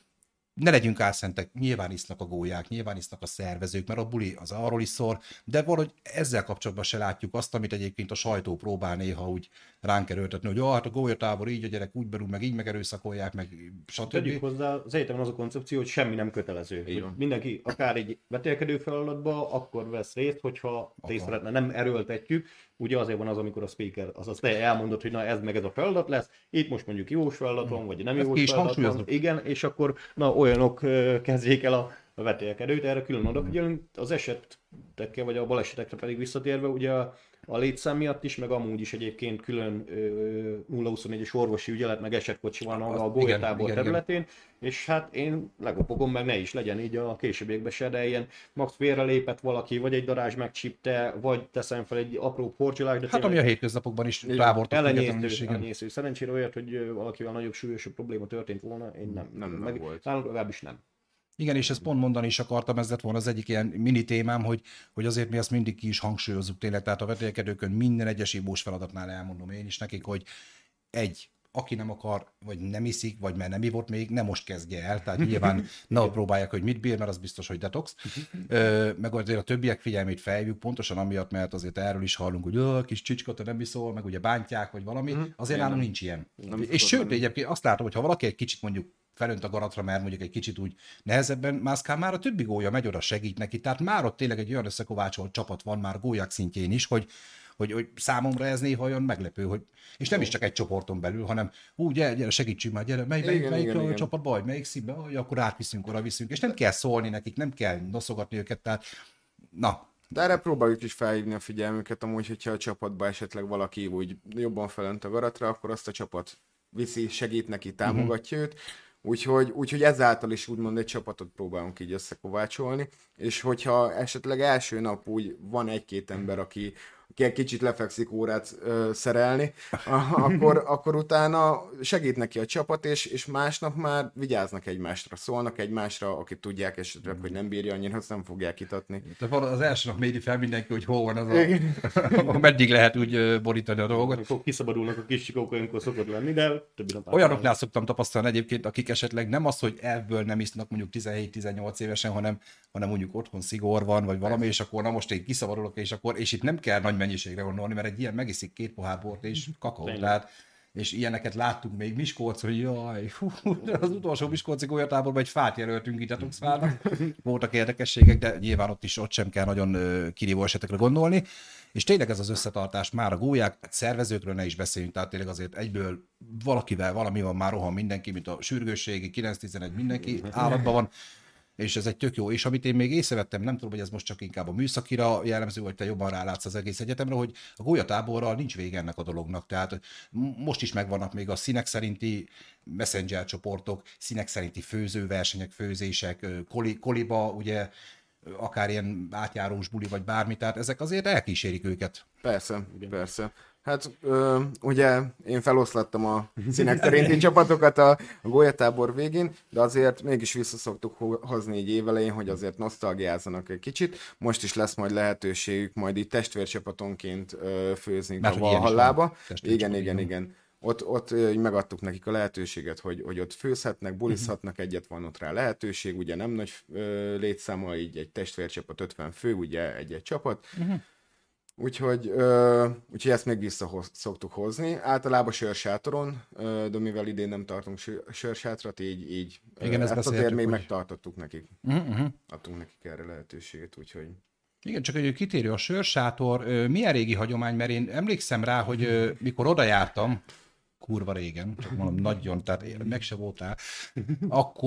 ne legyünk álszentek, nyilván isznak a gólyák, nyilván isznak a szervezők, mert a buli az arról is szól, de valahogy ezzel kapcsolatban se látjuk azt, amit egyébként a sajtó próbál néha úgy ránk erőltetni, hogy ah, hát a gólyatábor így, a gyerek úgy berúg, meg így megerőszakolják, meg stb. Tegyük hozzá, az egyetemen az a koncepció, hogy semmi nem kötelező. Mindenki akár egy vetélkedő feladatba akkor vesz részt, hogyha te szeretne, nem erőltetjük. Ugye azért van az, amikor a speaker, azaz te elmondod, hogy na ez meg ez a feladat lesz, itt most mondjuk jós feladat van, vagy nem jós feladat van. Igen, és akkor na olyanok kezdjék el a vetélkedőt, erre külön odafigyelünk. Az esetekkel, vagy a balesetekre pedig visszatérve, ugye a, a létszám miatt is, meg amúgy is egyébként külön nulla huszonnégyes orvosi ügyelet, meg esetkocsi van a, a gólyatábor területén, igen. És hát én legopogom, meg ne is legyen így a későbbiekben se, de ilyen max félrelépett valaki, vagy egy darázs megcsípte, vagy teszem fel egy apró porcsilás. De hát ami a hétköznapokban is rábortok. Ellenyésző. Szerencsére olyat, hogy valakivel nagyobb súlyosabb probléma történt volna, én nem. Nem, nem meg, volt. Nálunk legalábbis nem. Igen, és ezt pont mondani is akartam, ez lett volna az egyik ilyen mini témám, hogy, hogy azért mi azt mindig ki is hangsúlyozzuk tényleg, tehát a vetélkedőkön minden egyes ívós feladatnál elmondom én is nekik, hogy egy, aki nem akar, vagy nem iszik, vagy mert nem ivott még, nem most kezdje el, tehát nyilván ne próbálják, hogy mit bír, mert az biztos, hogy detox. Ö, meg azért a többiek figyelmét felhívjuk, pontosan amiatt, mert azért erről is hallunk, hogy a kis csicska, te nem iszol, meg ugye bántják, vagy valami, azért nálunk nincs ilyen. Nem és sőt, nem. Egyébként azt látom, hogy ha valaki egy kicsit mondjuk felönt a garatra, mert mondjuk egy kicsit úgy nehezebben mászkál, már a többi gólya megy oda, segít neki, tehát már ott tényleg egy olyan összekovácsolt csapat van már gólyák szintjén is, hogy Hogy, hogy számomra ez néha olyan meglepő, hogy, és nem is csak egy csoporton belül, hanem úgy, gyere, gyere segítsünk már, gyere, mely, igen, melyik, melyik igen, csapat baj, melyik színbe, hogy akkor átviszünk, oda viszünk, és nem kell szólni nekik, nem kell noszogatni őket, tehát na. De erre próbáljuk is felhívni a figyelmüket, amúgy, hogyha a csapatban esetleg valaki úgy jobban felönt a garatra, akkor azt a csapat viszi, segít neki, támogatja uh-huh. őt, úgyhogy, úgyhogy ezáltal is úgymond egy csapatot próbálunk így összekovácsolni, és hogyha esetleg első nap úgy van egy-két ember, aki aki egy kicsit lefekszik órát ö, szerelni, akkor, akkor utána segít neki a csapat, és, és másnap már vigyáznak egymásra, szólnak egymásra, akik tudják esetleg, hogy nem bírja annyira, azt nem fogják itatni. Tehát az első nap méri fel mindenki, hogy hol van az a... meddig lehet úgy borítani a dolgot. Akkor kiszabadulnak a kis csikók, olyankor szokott lenni, de többi nap... Olyanoknál szoktam tapasztalni egyébként, akik esetleg nem az, hogy elvből nem isznak mondjuk tizenhét-tizennyolc évesen, hanem, hanem mondjuk otthon szigor van, vagy valami, és akkor na most én kiszabadulok, és akkor, és itt nem kell nagy mennyiségre gondolni, mert egy ilyen megiszik két pohár bort és kakaó, tehát, és ilyeneket láttunk még Miskolc, hogy jaj, hú, az utolsó miskolci gólyatáborban egy fát jelöltünk itt a Tuxfának. Voltak érdekességek, de nyilván ott is ott sem kell nagyon kirívó esetekre gondolni. És tényleg ez az összetartás már a gólyák, szervezőkről ne is beszéljünk, tehát tényleg azért egyből valakivel valami van, már rohan mindenki, mint a sürgősségi, kilenc tizenegy mindenki állatban van. És ez egy tök jó. És amit én még észrevettem, nem tudom, hogy ez most csak inkább a műszakira jellemző, vagy te jobban rálátsz az egész egyetemre, hogy a gólyatáborral nincs vége ennek a dolognak. Tehát most is megvannak még a színek szerinti messenger csoportok, színek szerinti főzőversenyek, főzések, koli, koliba, ugye, akár ilyen átjárós buli, vagy bármi, tehát ezek azért elkísérik őket. Persze, igen. persze. Hát ö, ugye én feloszlattam a színek szerinti csapatokat a, a gólyatábor végén, de azért mégis visszaszoktuk hozni így évelején, hogy azért nosztalgiázzanak egy kicsit. Most is lesz majd lehetőségük majd így testvércsapatonként ö, főzni a Valhallába. Igen, igen, igen. Ott, ott így megadtuk nekik a lehetőséget, hogy, hogy ott főzhetnek, bulizhatnak, uh-huh. egyet van ott rá lehetőség, ugye nem nagy ö, létszáma, így egy testvércsapat ötven fő, ugye egy-egy csapat. Uh-huh. Úgyhogy, ö, úgyhogy ezt még vissza szoktuk hozni. Általában sörsátoron, ö, de mivel idén nem tartunk sörsátrat, így, így igen, ezt azért még hogy... megtartottuk nekik. Uh-huh. Adtunk nekik erre lehetőséget, úgyhogy... Igen, csak egy kitérő a sörsátor, milyen régi hagyomány, mert én emlékszem rá, hogy mikor oda jártam, kurva régen, csak mondom, nagyon, tehát meg se voltál, akkor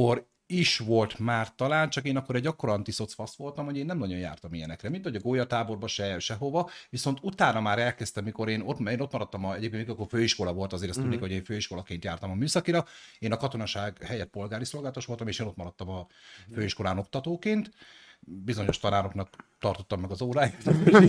is volt már talán, csak én akkor egy akkora antiszocfasz voltam, hogy én nem nagyon jártam ilyenekre, mint hogy a gólyatáborba se, sehova, viszont utána már elkezdtem, mikor én ott, én ott maradtam, a, egyébként akkor főiskola volt, azért azt mm. tudnék, hogy én főiskolaként jártam a műszakira, én a katonaság helyett polgári szolgálatos voltam, és én ott maradtam a főiskolán oktatóként, bizonyos tanároknak tartottam meg az óráit,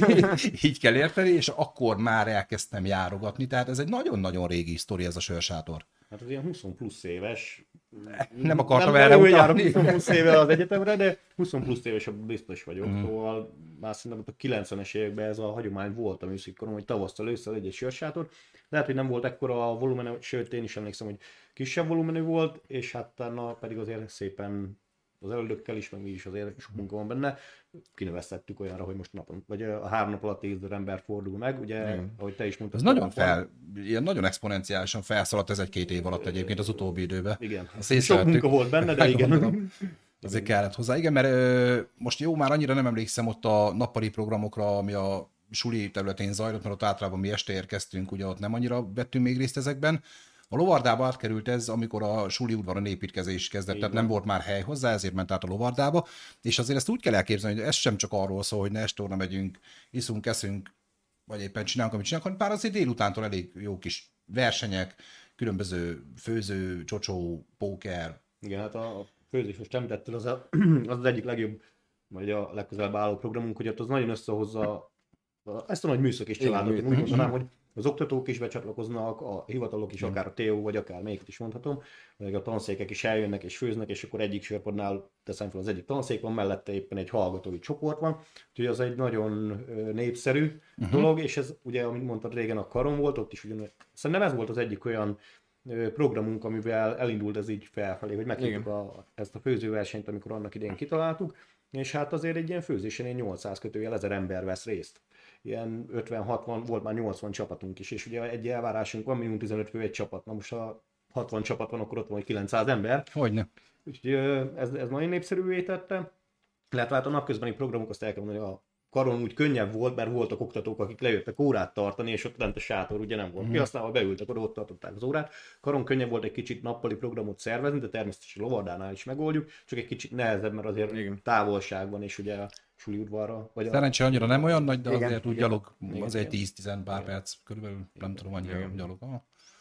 így kell érteni, és akkor már elkezdtem járogatni, tehát ez egy nagyon-nagyon régi sztori ez a sörsátor. Hát az ilyen húsz plusz éves. Nem akartam nem, erre nem utalni. húsz plusz éve az egyetemre, de húsz plusz éves biztos vagyok. Mm. Szóval már szerintem a kilencvenes években ez a hagyomány volt a műszakkoron, hogy tavasztal ősszel egy-egy sörsátor. Lehet, hogy nem volt ekkora a volumenű, sőt én is emlékszem, hogy kisebb volumenű volt, és hát utána pedig azért szépen az elődökkel is, meg mi is azért sok munka van benne, kinövesztettük olyanra, hogy most napon, vagy a három nap alatt tízezer ember fordul meg, ugye, mm. ahogy te is mondtad. Ez nagyon fel, ilyen nagyon exponenciálisan felszaladt ez egy-két év alatt egyébként az utóbbi időben. Igen, sok munka volt benne, de igen. Azért kellett hozzá. Igen, mert ö, most jó, már annyira nem emlékszem ott a nappali programokra, ami a suli területén zajlott, mert ott általában mi este érkeztünk, ugye ott nem annyira vettünk még részt ezekben. A lovardába átkerült ez, amikor a suli udvaron építkezés kezdett, tehát nem volt már hely hozzá, ezért ment át a lovardába, és azért ezt úgy kell elképzelni, hogy ez sem csak arról szól, hogy ne estorna megyünk, iszunk, eszünk, vagy éppen csinálunk, amit csinálunk, hanem pár azért délutántól elég jó kis versenyek, különböző főző, csocsó, póker. Igen, hát a főzés most említetted, az, a, az az egyik legjobb, vagy a legközelebb álló programunk, hogy ott az nagyon összehozza ezt a nagy műszaki családot. Én úgy mondanám, hogy az oktatók is becsatlakoznak, a hivatalok is, akár a té o, vagy akár melyiket is mondhatom, vagy a tanszékek is eljönnek és főznek, és akkor egyik sörpadnál teszem fel az egyik tanszék van, mellette éppen egy hallgatói csoport van, úgyhogy az egy nagyon népszerű uh-huh. dolog, és ez ugye, amit mondtad, régen a Karon volt, ott is ugyanúgy. Szerintem ez volt az egyik olyan programunk, amivel elindult ez így felfelé, hogy megkapjuk a, ezt a főzőversenyt, amikor annak idején kitaláltuk, és hát azért egy ilyen főzésen egy nyolcszáz kötőjel ezer ember vesz részt. Ilyen ötven-hatvan, volt már nyolcvan csapatunk is, és ugye egy elvárásunk van, minimum tizenöt fő egy csapat. Na most ha hatvan csapat van, akkor ott van kilencszáz ember. Hogyne. Úgyhogy ez, ez nagyon népszerűvé tette. Lehet, hát a napközbeni programok, azt el kell mondani, hogy a Karon úgy könnyebb volt, mert voltak oktatók, akik lejöttek órát tartani, és ott lent a sátor ugye nem volt. Mm. Kihasználva beültek, oda ott tartották az órát. Karon könnyebb volt egy kicsit nappali programot szervezni, de természetesen lovardánál is megoldjuk, csak egy kicsit nehezebb, mert azért igen. távolság van, és ugye a suli udvarra. Vagy Szerencsé a... annyira nem olyan nagy, de igen, azért úgy gyalog, igen, azért tíz-tíz pár perc körülbelül, nem tudom, annyira igen. gyalog. Ah.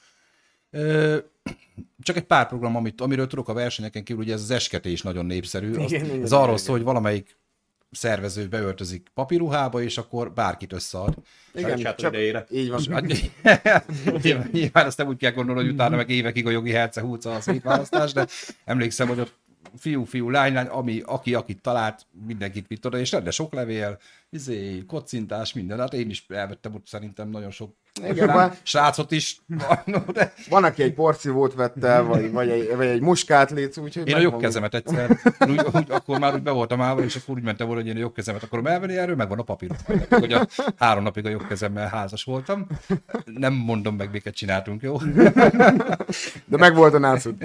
Ö, csak egy pár program, amit, amiről tudok a versenyeken kívül, ugye ez az esketés nagyon népszerű. Igen, az, igen, ez arról szól, hogy valamelyik szervező beöltözik papírruhába, és akkor bárkit összead. Igen, csak, csak így van. Nyilván azt nem úgy kell gondolni, hogy utána meg évekig a jogi herce húca a szétválasztás, de emlékszem, hogy ott fiú, fiú, lány, lány, ami, aki, akit talált, mindenkit vitt oda, és rendes oklevél, izé, kocintás, minden. Hát én is elvettem ott szerintem nagyon sok igen, van, srácot is. No, de... Van, aki egy porszívót vett el, vagy, vagy, egy, vagy egy muskátléc, úgyhogy... Én a jobb kezemet egyszer, úgy, úgy, akkor már úgy be voltam állva, és akkor úgy mentem volna, hogy én a jobb kezemet akarom elvenni, erről megvan a papírom. Hogy a három napig a jobb kezemmel házas voltam. Nem mondom meg, miket csináltunk, jó? De meg volt a nászod.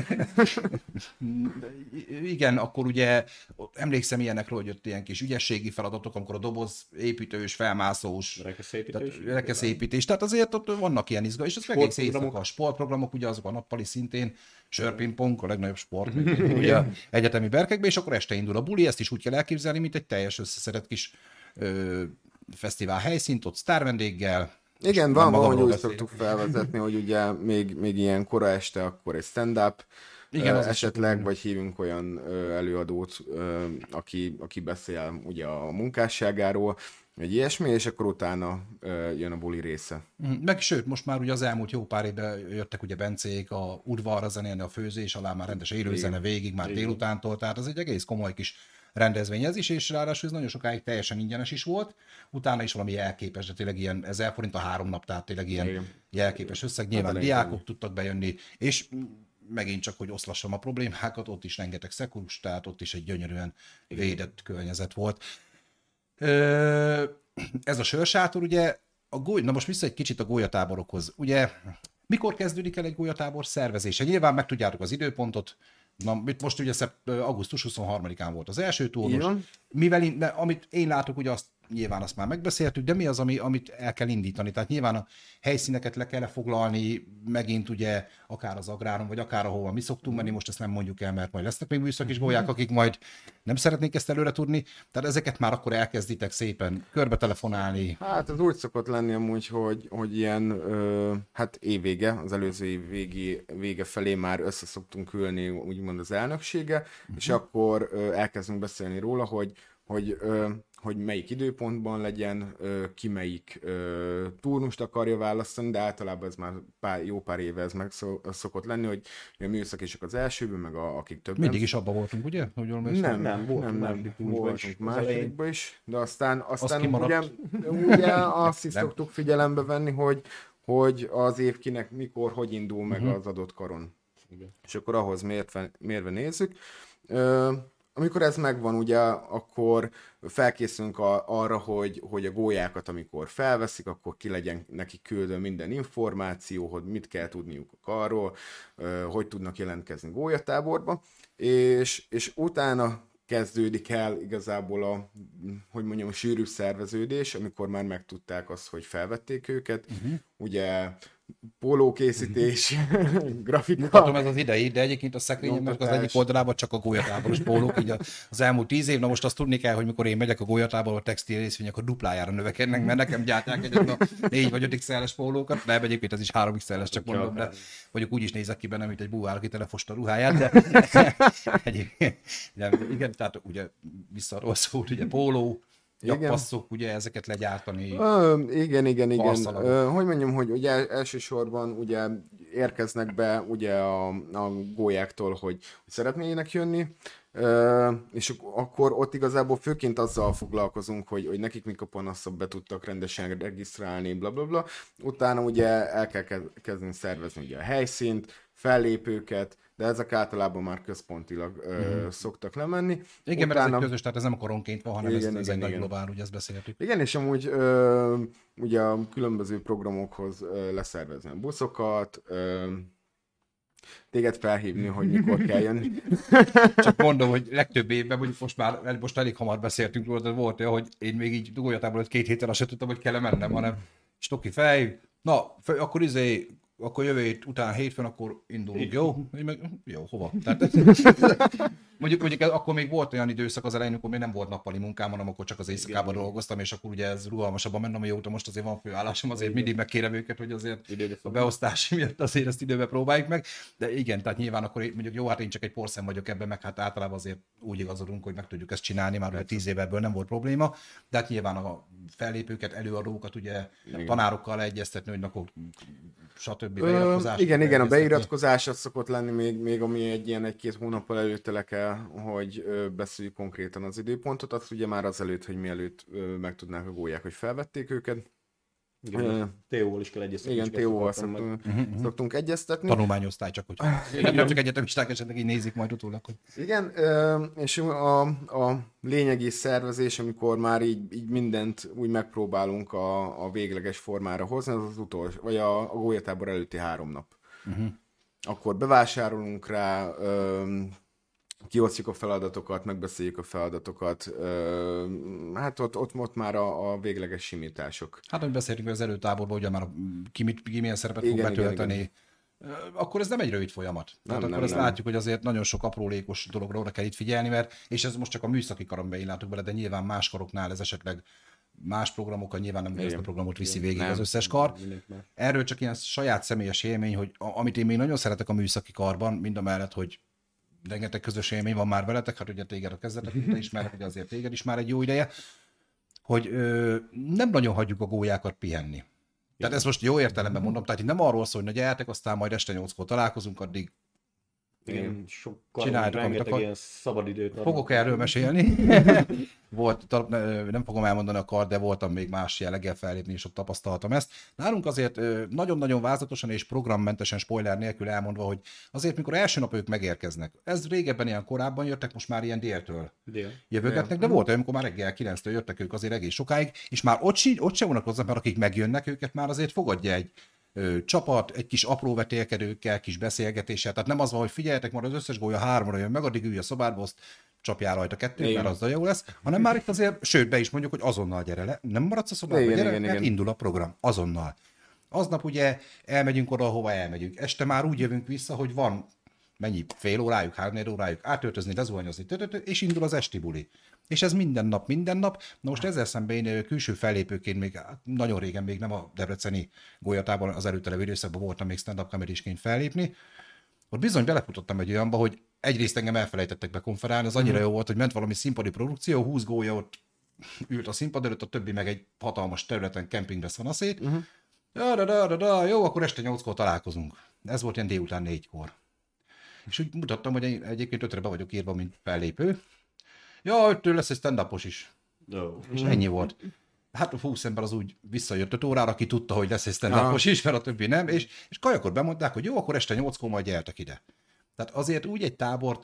Igen, akkor ugye emlékszem ilyenekről, hogy ott ilyen kis ügyességi feladatok, amikor a doboz építős, felmászós, rekeszépítés, tehát azért ott vannak ilyen izgalmas, és ez egész éjszaka. A sportprogramok, ugye azok a nappali szintén, sörpingpong, a legnagyobb sport, ugye egyetemi berkekben, és akkor este indul a buli, ezt is úgy kell elképzelni, mint egy teljes összeszedett kis ö, fesztivál helyszínt, ott sztár vendéggel. Igen, van valahogy úgy szoktuk felvezetni, hogy ugye még, még ilyen kora este, akkor egy stand-up, igen, uh, esetleg, vagy hívunk olyan uh, előadót, uh, aki, aki beszél ugye a munkásságáról, egy ilyesmi, és akkor utána uh, jön a buli része. Meg sőt, most már ugye az elmúlt jó pár évben jöttek ugye Bencék a udvarra zenélni, a főzés alá már rendes élőzene végig, már igen. délutántól, tehát az egy egész komoly kis rendezvény ez is, és ráadásul ez nagyon sokáig teljesen ingyenes is volt, utána is valami jelképes, de tényleg ilyen ezer forint a három nap, tehát tényleg ilyen igen. jelképes összeg, nyilván hát diákok igen. tudtak bejönni, és megint csak, hogy oszlassam a problémákat, ott is rengeteg szekurus, tehát ott is egy gyönyörűen igen. védett környezet volt. Ez a sörsátor, ugye, a góly... na most vissza egy kicsit a gólyatáborokhoz. Ugye, mikor kezdődik el egy gólyatábor szervezése? Nyilván megtudjátok az időpontot, na, most ugye augusztus huszonharmadikán volt az első turnus. Mivel én, amit én látok, ugye azt nyilván azt már megbeszéltük, de mi az, ami, amit el kell indítani? Tehát nyilván a helyszíneket le kell foglalni, megint ugye akár az agráron, vagy akár ahova mi szoktunk menni, most ezt nem mondjuk el, mert majd lesznek még műszaki gólyák, akik majd nem szeretnék ezt előre tudni, tehát ezeket már akkor elkezditek szépen körbe telefonálni. Hát ez úgy szokott lenni amúgy, hogy, hogy ilyen, ö, hát évvége, az előző év végi, vége felé már össze szoktunk ülni úgymond az elnöksége, uh-huh. és akkor ö, elkezdünk beszélni róla, hogy, hogy ö, hogy melyik időpontban legyen, ki melyik turnust akarja választani, de általában ez már pár, jó pár éve ez meg szokott lenni, hogy a műszakisok az elsőben, meg a, akik többen. Mindig is abban voltunk, ugye? Hogy jól nem, nem, voltunk, nem, nem, voltunk másodikban is, de aztán, aztán ugye, ugye azt is szoktuk figyelembe venni, hogy, hogy az év kinek mikor, hogy indul meg uh-huh. az adott karon. Igen. És akkor ahhoz mérve, mérve nézzük. Amikor ez megvan, ugye, akkor felkészülünk a, arra, hogy, hogy a gólyákat, amikor felveszik, akkor ki legyen neki küldve minden információ, hogy mit kell tudniuk arról, hogy tudnak jelentkezni gólyatáborba, és, és utána kezdődik el igazából a, hogy mondjam, a sűrűbb szerveződés, amikor már megtudták azt, hogy felvették őket. Uh-huh. Ugye pólókészítés, grafika. Mutatom ez az idei, de egyébként a szekrényem, mert az egyik oldalában csak a gólyatáboros pólók, így az elmúlt tíz év, na most azt tudni kell, hogy mikor én megyek a gólyatáborba, a textil részvények a duplájára növekednek, mert nekem gyártják egyet a négy vagy öt iksz el-es pólókat, de egyébként ez is három iksz el-es, csak mondom, de mondjuk úgy is nézek ki benne, mint egy búvár, aki telefosta a ruháját, de egyébként, de igen, tehát ugye vissza arról szólt, ugye póló, gyapasszok, ugye ezeket legyártani. Ö, igen, igen, igen. Ö, hogy mondjam, hogy ugye elsősorban ugye érkeznek be ugye a, a gólyáktól, hogy, hogy szeretnének jönni, ö, és akkor ott igazából főként azzal foglalkozunk, hogy, hogy nekik mik a panaszok, be tudtak rendesen regisztrálni, blablabla. Bla, bla. Utána ugye el kell kezdeni szervezni ugye a helyszínt, fellépőket, de ezek általában már központilag ö, mm-hmm. szoktak lemenni. Igen, utána... mert ez egy közös, tehát ez nem koronként van, hanem igen, ez, ez igen, egy igen. nagy globál, ugye ezt beszéltük. Igen, és amúgy ö, ugye a különböző programokhoz ö, leszervezni a buszokat, ö, téged felhívni, hogy mikor kell jönni. Csak mondom, hogy legtöbb évben, mondjuk most már most elég hamar beszéltünk róla, de volt olyan, hogy én még így dugolyatából két héten azt sem tudtam, hogy kell mennem, hanem stoki fej, na, fej, akkor izé, akkor jövő hét után hétfőn, akkor indulunk, jó? Én meg, jó, hova? Tehát, mondjuk, mondjuk akkor még volt olyan időszak az elején, amikor még nem volt nappali munkám, hanem akkor csak az éjszakában dolgoztam, és akkor ugye ez rugalmasabban mennem, mióta most azért van főállásom, azért mindig megkérem őket, hogy azért a beosztási miatt azért ezt időben próbáljuk meg. De igen, tehát nyilván akkor mondjuk jó, hát én csak egy porszem vagyok ebben, meg hát általában azért úgy igazodunk, hogy meg tudjuk ezt csinálni, már ugye tíz évebből nem volt probléma, de hát nyilván a fellépőket, előadókat ugye igen. tanárokkal egyeztetni, hogy akkor stb. Beiratkozás. Igen, igen, a beiratkozás az szokott lenni még, még ami egy ilyen egy-két hónappal előtte le kell, hogy beszéljük konkrétan az időpontot, az ugye már azelőtt, hogy mielőtt megtudnák a gólyák, hogy felvették őket. Igen, uh, Teóval is kell egyeztetni. Igen, Teóval szoktunk, uh-huh. szoktunk egyeztetni. Tanulmányosztály csak, hogy nem, nem csak egyetemisták esetleg így nézik majd utólag. Hogy... Igen, és a, a lényegi szervezés, amikor már így, így mindent úgy megpróbálunk a, a végleges formára hozni, az az utolsó, vagy a, a gólyatábor előtti három nap. Uh-huh. Akkor bevásárolunk rá, kiosztjuk a feladatokat, megbeszéljük a feladatokat, hát ott, ott, ott már a, a végleges simítások. Hát, hogy beszéltünk az előtáborban, ugye már ki, mit, ki milyen szerepet igen, fog betölteni, igen, igen. Akkor ez nem egy rövid folyamat. Nem, Tehát nem, akkor nem, ezt nem. látjuk, hogy azért nagyon sok aprólékos dologra oda kell itt figyelni, mert, és ez most csak a műszaki karomba én látok bele, de nyilván más karoknál ez esetleg más programokkal nyilván nem ezt a programot viszi igen, végig nem, az összes kar. Erről csak ilyen saját személyes élmény, hogy amit én még nagyon szeretek a műszaki karban, mind a mellett, hogy rengeteg közös élmény van már veletek, hát ugye téged a kezdetek ismerek, hogy azért téged is már egy jó ideje, hogy ö, nem nagyon hagyjuk a gólyákat pihenni. Igen. Tehát ezt most jó értelemben mondom, tehát nem arról szól, hogy gyertek, aztán majd este nyolckor találkozunk, addig igen, sokkal rengeteg ilyen szabadidőt adnak. Fogok erről mesélni. Volt, nem fogom elmondani a kar, de voltam még más jelleggel fellépni, és ott tapasztaltam ezt. Nálunk azért nagyon-nagyon vázlatosan és programmentesen, spoiler nélkül elmondva, hogy azért, mikor első nap ők megérkeznek, ez régebben ilyen korábban jöttek, most már ilyen déltől Dél. jövögetnek, de volt olyan, amikor már reggel kilenctől jöttek ők azért egész sokáig, és már ott, ott sem unatkoznak, mert akik megjönnek őket, már azért fogadja egy ö, csapat, egy kis apró vetélkedőkkel, kis beszélgetéssel. Tehát nem az van, hogy figyeljetek, már az összes gólya háromra jön meg, addig ülj a szobádba, azt csapjál rajta kettőt, igen, mert az jó lesz, hanem már itt azért, sőt, be is mondjuk, hogy azonnal gyere le. Nem maradsz a szobádba, igen, gyere, igen, mert igen. Indul a program, azonnal. Aznap ugye elmegyünk oda, ahova elmegyünk. Este már úgy jövünk vissza, hogy van mennyi, fél órájuk, három órájuk átöltözni, lezuhanyozni, és indul az esti buli. És ez minden nap, minden nap. Na most ezzel szemben én külső fellépőként még nagyon régen, még nem a debreceni gólyatában, az előtte levő időszakban voltam még stand-up comedysként fellépni. Ott bizony belefutottam egy olyanba, hogy egyrészt engem elfelejtettek bekonferálni, az annyira jó volt, hogy ment valami színpadi produkció, húsz gólya ott ült a színpad előtt, a többi meg egy hatalmas területen kempingbe szanaszét. Uh-huh. Da, da, da, da, da, jó, akkor este nyolckor találkozunk. Ez volt ilyen délután négykor. És úgy mutattam, hogy én egyébként ötre be vagyok írva, mint fellépő. Ja, öttől lesz egy stand-upos is. No. És ennyi volt. Hát a húsz ember az úgy visszajött öt órára, aki tudta, hogy lesz egy stand-upos is, mert a többi nem, és, és kajakor bemondták, hogy jó, akkor este nyolckor majd gyertek ide. Tehát azért úgy egy tábort,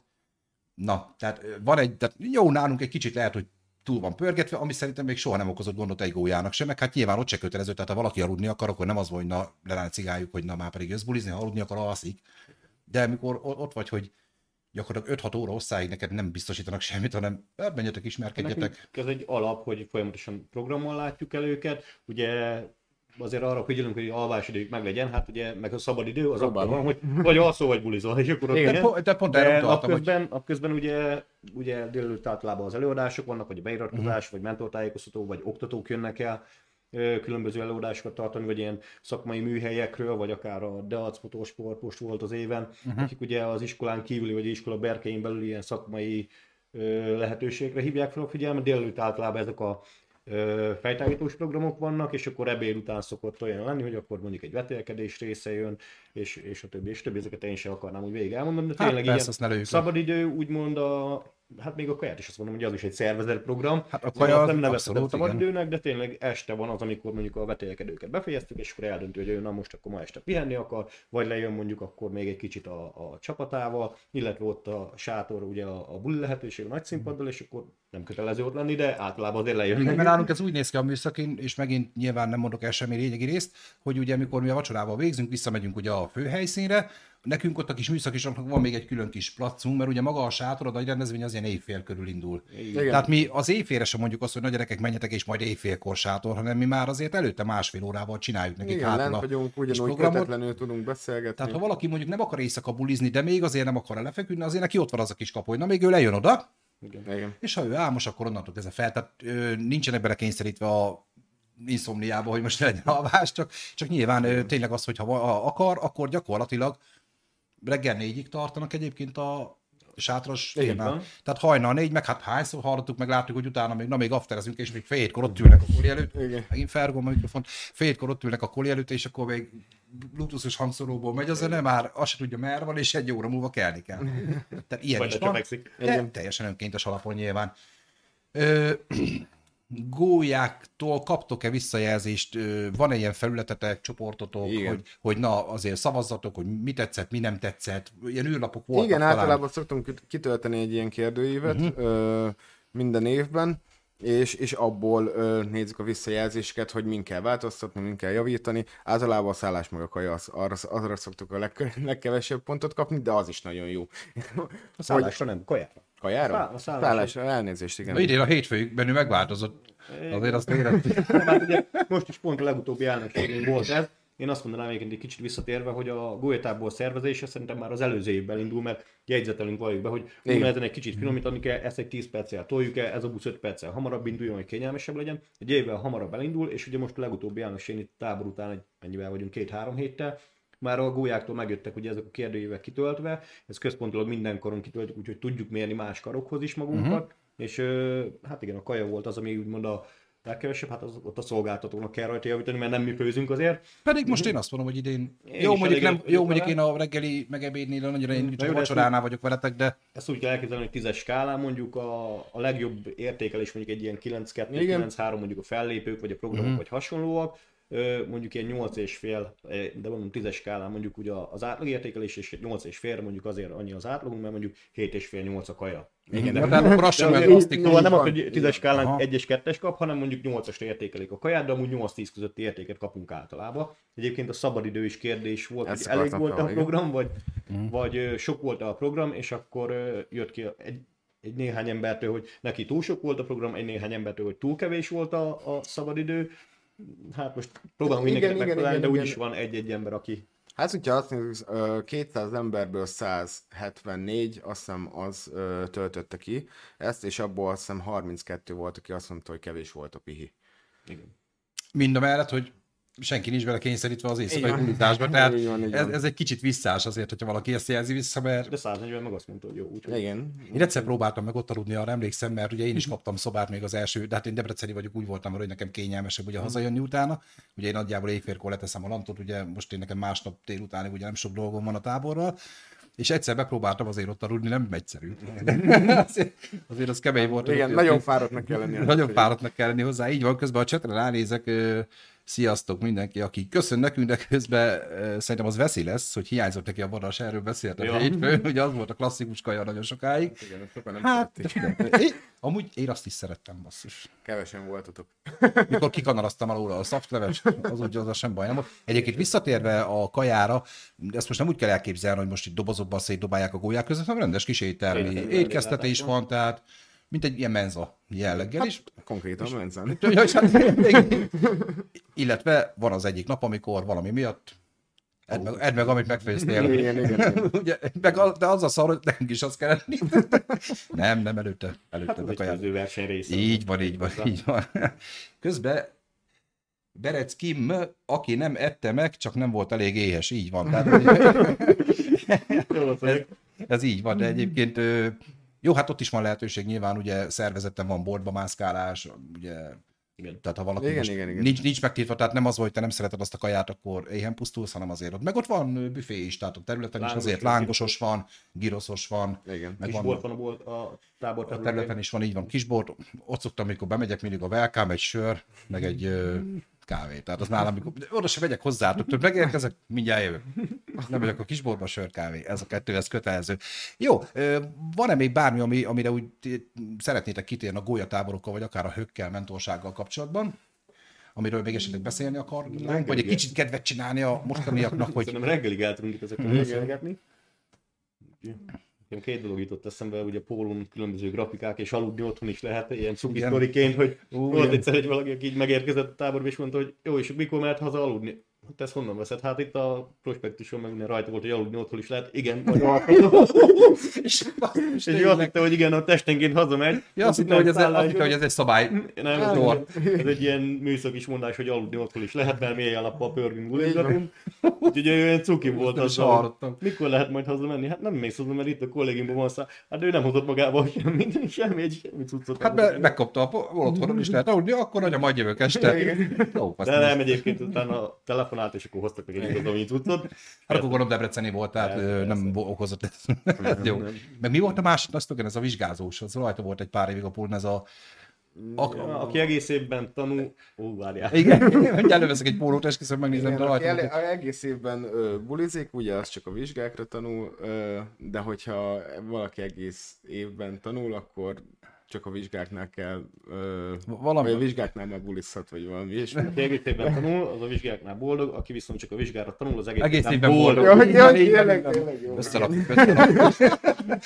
na, tehát van egy, tehát jó, nálunk egy kicsit lehet, hogy túl van pörgetve, ami szerintem még soha nem okozott gondot egy gólyának sem, meg hát nyilván ott se kötelező, tehát ha valaki aludni akar, akkor nem az van, hogy na, leráncijáljuk, hogy na már pedig jössz bulizni, ha aludni akar, alszik. De amikor ott vagy, hogy gyakorlatilag öt-hat óra hosszáig neked nem biztosítanak semmit, hanem menjetek, ismerkedjetek. Ez egy alap, hogy folyamatosan programmal látjuk el őket, ugye azért arra figyelünk, hogy alvásidőjük meg legyen, hát ugye meg a szabad idő az abban van, hogy vagy alszol, vagy bulizol, és akkor igen, ott de pont erre utaltam, közben, hogy... közben ugye, ugye délelőtt általában az előadások vannak, vagy a beiratkozás, uh-huh. vagy mentortájékoztató, vagy oktatók jönnek el különböző előadásokat tartani, vagy ilyen szakmai műhelyekről, vagy akár a Deac Motorsport most volt az éven, uh-huh. akik ugye az iskolán kívüli, vagy iskola berkein belül ilyen szakmai ö, lehetőségre hívják fel a figyelmet. Délelőtt általában ezek a ö, fejtágítós programok vannak, és akkor ebéd után szokott olyan lenni, hogy akkor mondjuk egy vetélkedés része jön, és, és a többi, és többi, ezeket én sem akarnám úgy végig elmondani, de tényleg hát, ilyen szabadidő, úgymond a hát még a kaját is azt mondom, hogy az is egy szervezett program. Hát a kaja nem nevezhetem szabadidőnek, de tényleg este van az, amikor mondjuk a vetélkedőket befejeztük, és akkor eldöntő, hogy ő na most akkor ma este pihenni akar, vagy lejön mondjuk akkor még egy kicsit a, a csapatával, illetve ott a sátor, ugye a, a buli lehetőség a nagy színpaddal, és akkor nem kötelező ott lenni, de általában azért lejön. Mert nálunk ez úgy néz ki a műszakin, és megint nyilván nem mondok el semmi lényegi részt, hogy ugye amikor mi a vacsorával végzünk, visszamegyünk ugye a főhelyszínre, nekünk ott a kis műszakisaknak van még egy külön kis placunk, mert ugye maga a sátor, a nagy rendezvény az ilyen éjfél körül indul. Igen. Tehát mi az éjfélre sem mondjuk azt, hogy nagy gyerekek menjetek és majd éjfélkor sátor, hanem mi már azért előtte másfél órával csináljuk nekik hátul. Igen, lent vagyunk, ugyanúgy kötetlenül tudunk beszélgetni. Tehát ha valaki mondjuk nem akar éjszaka bulizni, de még azért nem akar lefeküdni, azért neki ott van az a kis kapu, hogy na még ő lejön oda, igen. Igen. És ha ő álmos, akkor onnantól kezdve fel. Tehát ö, nincsenek belekényszerítve a inszomniába, hogy most legyen alvás, csak, csak nyilván ö, tényleg az, hogy ha akar, akkor gyakorlatilag reggel négyig tartanak egyébként a sátras témán. Tehát hajnal négy, meg hát hányszor hallottuk, meg láttuk, hogy utána még, na még afterezünk, és még fél hétkor ott ülnek a koli előtt. Igen. Megint felrugom a mikrofont. Fél hétkor ott ülnek a koli előtt, és akkor még bluetooth-os hangszóróból megy a zene, már azt se tudja merre van, és egy óra múlva kelni kell. Tehát ilyen is van, de teljesen önkéntes alapon nyilván. Ö, gólyáktól kaptok-e visszajelzést, van-e ilyen felületetek, csoportotok, hogy, hogy na azért szavazzatok, hogy mi tetszett, mi nem tetszett, ilyen űrlapok voltak. Igen, talán. Általában szoktunk kitölteni egy ilyen kérdőívet uh-huh. ö, minden évben, és, és abból ö, nézzük a visszajelzéseket, hogy min kell változtatni, min kell javítani. Általában a szállás meg a kaja, az, arra, arra szoktuk a leg, legkevesebb pontot kapni, de az is nagyon jó. A szállásra hogy... nem, kajára. Kajára? A szállásra, elnézést, igen. Na, idén a hétfőjük bennű megváltozott. Azért azt érettük. Hát ugye most is pont a legutóbbi elnökségünk volt ez. Én azt mondanám egyébként egy kicsit visszatérve, hogy a gólyatábor szervezése szerintem már az előző évben indul, mert jegyzetelünk valljuk be, hogy ezen egy kicsit finomítani kell, ezt egy tíz perccel toljuk el, ez a busz öt perccel hamarabb induljon, hogy kényelmesebb legyen. Egy évvel hamarabb elindul, és ugye most a legutóbbi elnökség itt tábor után egy, mennyivel vagyunk, két-három héttel, már a gólyáktól megjöttek ugye ezek a kérdőívek kitöltve, ez központilag minden karon kitöltjük, úgyhogy tudjuk mérni más karokhoz is magunkat, uh-huh. és hát igen, a kaja volt az, ami úgymond a legkevesebb, hát az, ott a szolgáltatónak kell rajta javítani, mert nem mi főzünk azért. Pedig most én azt mondom, hogy idén, én jó mondjuk, nem, jó mondjuk én a reggeli megebédnél, annyira én csak vacsoránál vagyok veletek, de... Ezt úgy kell elképzelni, hogy tízes skálán mondjuk a, a legjobb értékelés mondjuk egy ilyen kilenc kettő kilenc három mondjuk a fellépők, vagy a programok, uh-huh. vagy hasonlóak. mondjuk ilyen nyolc és fél, de mondom tízes skálán mondjuk ugye az átlagértékelés, és nyolc és fél mondjuk azért annyi az átlagunk, mert mondjuk hét és fél nyolc a kaja. Igen, de, de akkor az sem olyan drasztikus. Szóval nem az, hogy tízes skálán egy és kettes kap, hanem mondjuk nyolcast értékelik a kaját, de amúgy nyolc-tíz közötti értéket kapunk általában. Egyébként a szabadidő is kérdés volt, hogy elég volt a program, vagy, mm. vagy sok volt a program, és akkor jött ki egy, egy néhány embertől, hogy neki túl sok volt a program, egy néhány embertől, hogy túl kevés volt a, a szabadidő. Hát most próbálom mindenkinek megfelelni, de úgyis van egy-egy ember, aki... Hát, hogyha azt nézzük, kétszáz emberből száz hetvennégy, azt hiszem az ö, töltötte ki ezt, és abból azt hiszem harminckettő volt, aki azt mondta, hogy kevés volt a pihi. Igen. Mind a mellett, hogy senki nincs bele kényszerítve az éjszakai bulizásba, tehát így van, így ez, ez egy kicsit visszás azért, hogyha valaki ezt jelzi vissza, mert... De száznegyven meg azt mondta, hogy jó. Úgy, igen. Én egyszer próbáltam meg ott aludni, arra emlékszem, mert ugye én is kaptam szobát még az első, de hát én debreceni vagyok, úgy voltam, hogy nekem kényelmesebb ugye hazajönni utána. Ugye én nagyjából éjfélkor leteszem a lantot, ugye most én nekem másnap délutánig ugye nem sok dolgom van a táborral, és egyszer bepróbáltam azért ott aludni, nem egyszerű. azért, azért az kemény volt. Igen, nagyon fáradtnak kell lenni. Nagyon fáradtnak kell lenni hozzá. Így van, közben a csetre ránézek, sziasztok mindenki, aki köszön nekünk, de közben szerintem az veszi lesz, hogy hiányzott neki a vadas, erről beszéltem ja. hétfőn, ugye az volt a klasszikus kaja nagyon sokáig. Hát, igen, sokan nem hát, én, amúgy én azt is szerettem, basszus. Kevesen voltatok. Mikor kikanaraztam alóla a szaftleves, az úgy az sem baj nem volt. Egyébként visszatérve a kajára, ezt most nem úgy kell elképzelni, hogy most itt dobozokban szétdobálják a gólyák között, hanem rendes kis éttermi étkeztete is van, tehát mint egy ilyen menza jelleggel hát, is. Konkrétan menzán. Illetve van az egyik nap, amikor valami miatt edd meg, edd meg amit megfőztél. Igen, igen. Ugye, meg, de az a szar, hogy nekünk is azt kell enni. Nem, nem, előtte. előtte hát ez egy verseny része. Így van, így van, így van. Közben Berec Kim, aki nem ette meg, csak nem volt elég éhes, így van. Tehát, ez, ez így van, de egyébként jó, hát ott is van lehetőség, nyilván ugye szervezetten van bordba mászkálás, ugye, igen. Tehát ha valaki igen, most igen, igen. Nincs, nincs megtiltva, tehát nem az, hogy te nem szereted azt a kaját, akkor éhen pusztulsz, hanem azért ott. Meg ott van büfé is, tehát a területen lángos, is azért lángosos van, giroszos van. Igen. Meg kisbort van a, bolt, a tábor területen. A területen is van, így van, kisbort. Ott szoktam, amikor bemegyek, mindig a welcome, egy sör, meg egy ö, kávé. Tehát az nálam, amikor oda se megyek hozzátok, több megérkezek, mindjárt jövök. Nem megyek a kisboltba, sör, kávé. Ez a kettő, ez kötelező. Jó, van-e még bármi, ami, amire úgy szeretnétek kitérni a gólyatáborokkal, vagy akár a hökkel, mentorsággal kapcsolatban? Amiről még esetleg beszélni akarnánk, vagy egy kicsit kedvet csinálni a mostaniaknak, hogy... Szerintem reggelig el tudunk itt ezekről beszélgetni. Két dolog jutott eszembe, ugye pólón különböző grafikák, és aludni otthon is lehet, ilyen cuki sztoriként, hogy Ú, volt egyszer egy valaki, aki így megérkezett a táborba, és mondta, hogy jó, és mikor mehet haza aludni? Te ezt honnan veszed? Hát itt a prospektuson meg minden rajta volt, hogy aludni otthon is lehet. Igen, és, és ő azt hitte, hogy igen, a testenként hazamegy. Ja, azt hitte, hogy, hogy ez egy szabály. Nem, ez, ez egy ilyen műszakis mondás, hogy aludni otthon is lehet, mert mély alappal pörgünk, bulizgatunk. Úgyhogy olyan cuki volt az, mikor lehet majd hazamenni? Hát nem mész haza, mert itt a kollégiumban van szá. Hát ő nem hozott magával semmit, semmi, egy semmi cuccot. Hát be, megkapta a otthonon is lehet aludni, akkor anya, majd jövök este. De nem, egyébként utána a telefonált, és akkor hoztak meg egy igazolvány cuccot. Hát akkor gondolom Debreceni volt, tehát nem okozott ez. Jó. Meg mi volt a másik, azt igen, ez a vizsgázós, az rajta volt egy pár évig a pólon, ez a... A... Ja, aki egész évben tanul... Ó, várjál. Igen, hogy előveszek egy pólót, esküszöm, megnézem, igen, de rajta... Aki el, egész évben ö, bulizik, ugye az csak a vizsgákra tanul, ö, de hogyha valaki egész évben tanul, akkor csak a vizsgáknál kell, ö, valami... vagy a vizsgáknál megbulizhat, vagy valami. És aki egész évben tanul, az a vizsgáknál boldog, aki viszont csak a vizsgára tanul, az egész, egész évben boldog. boldog. Ja, tényleg, tényleg jó. Összerakjuk, összerakjuk.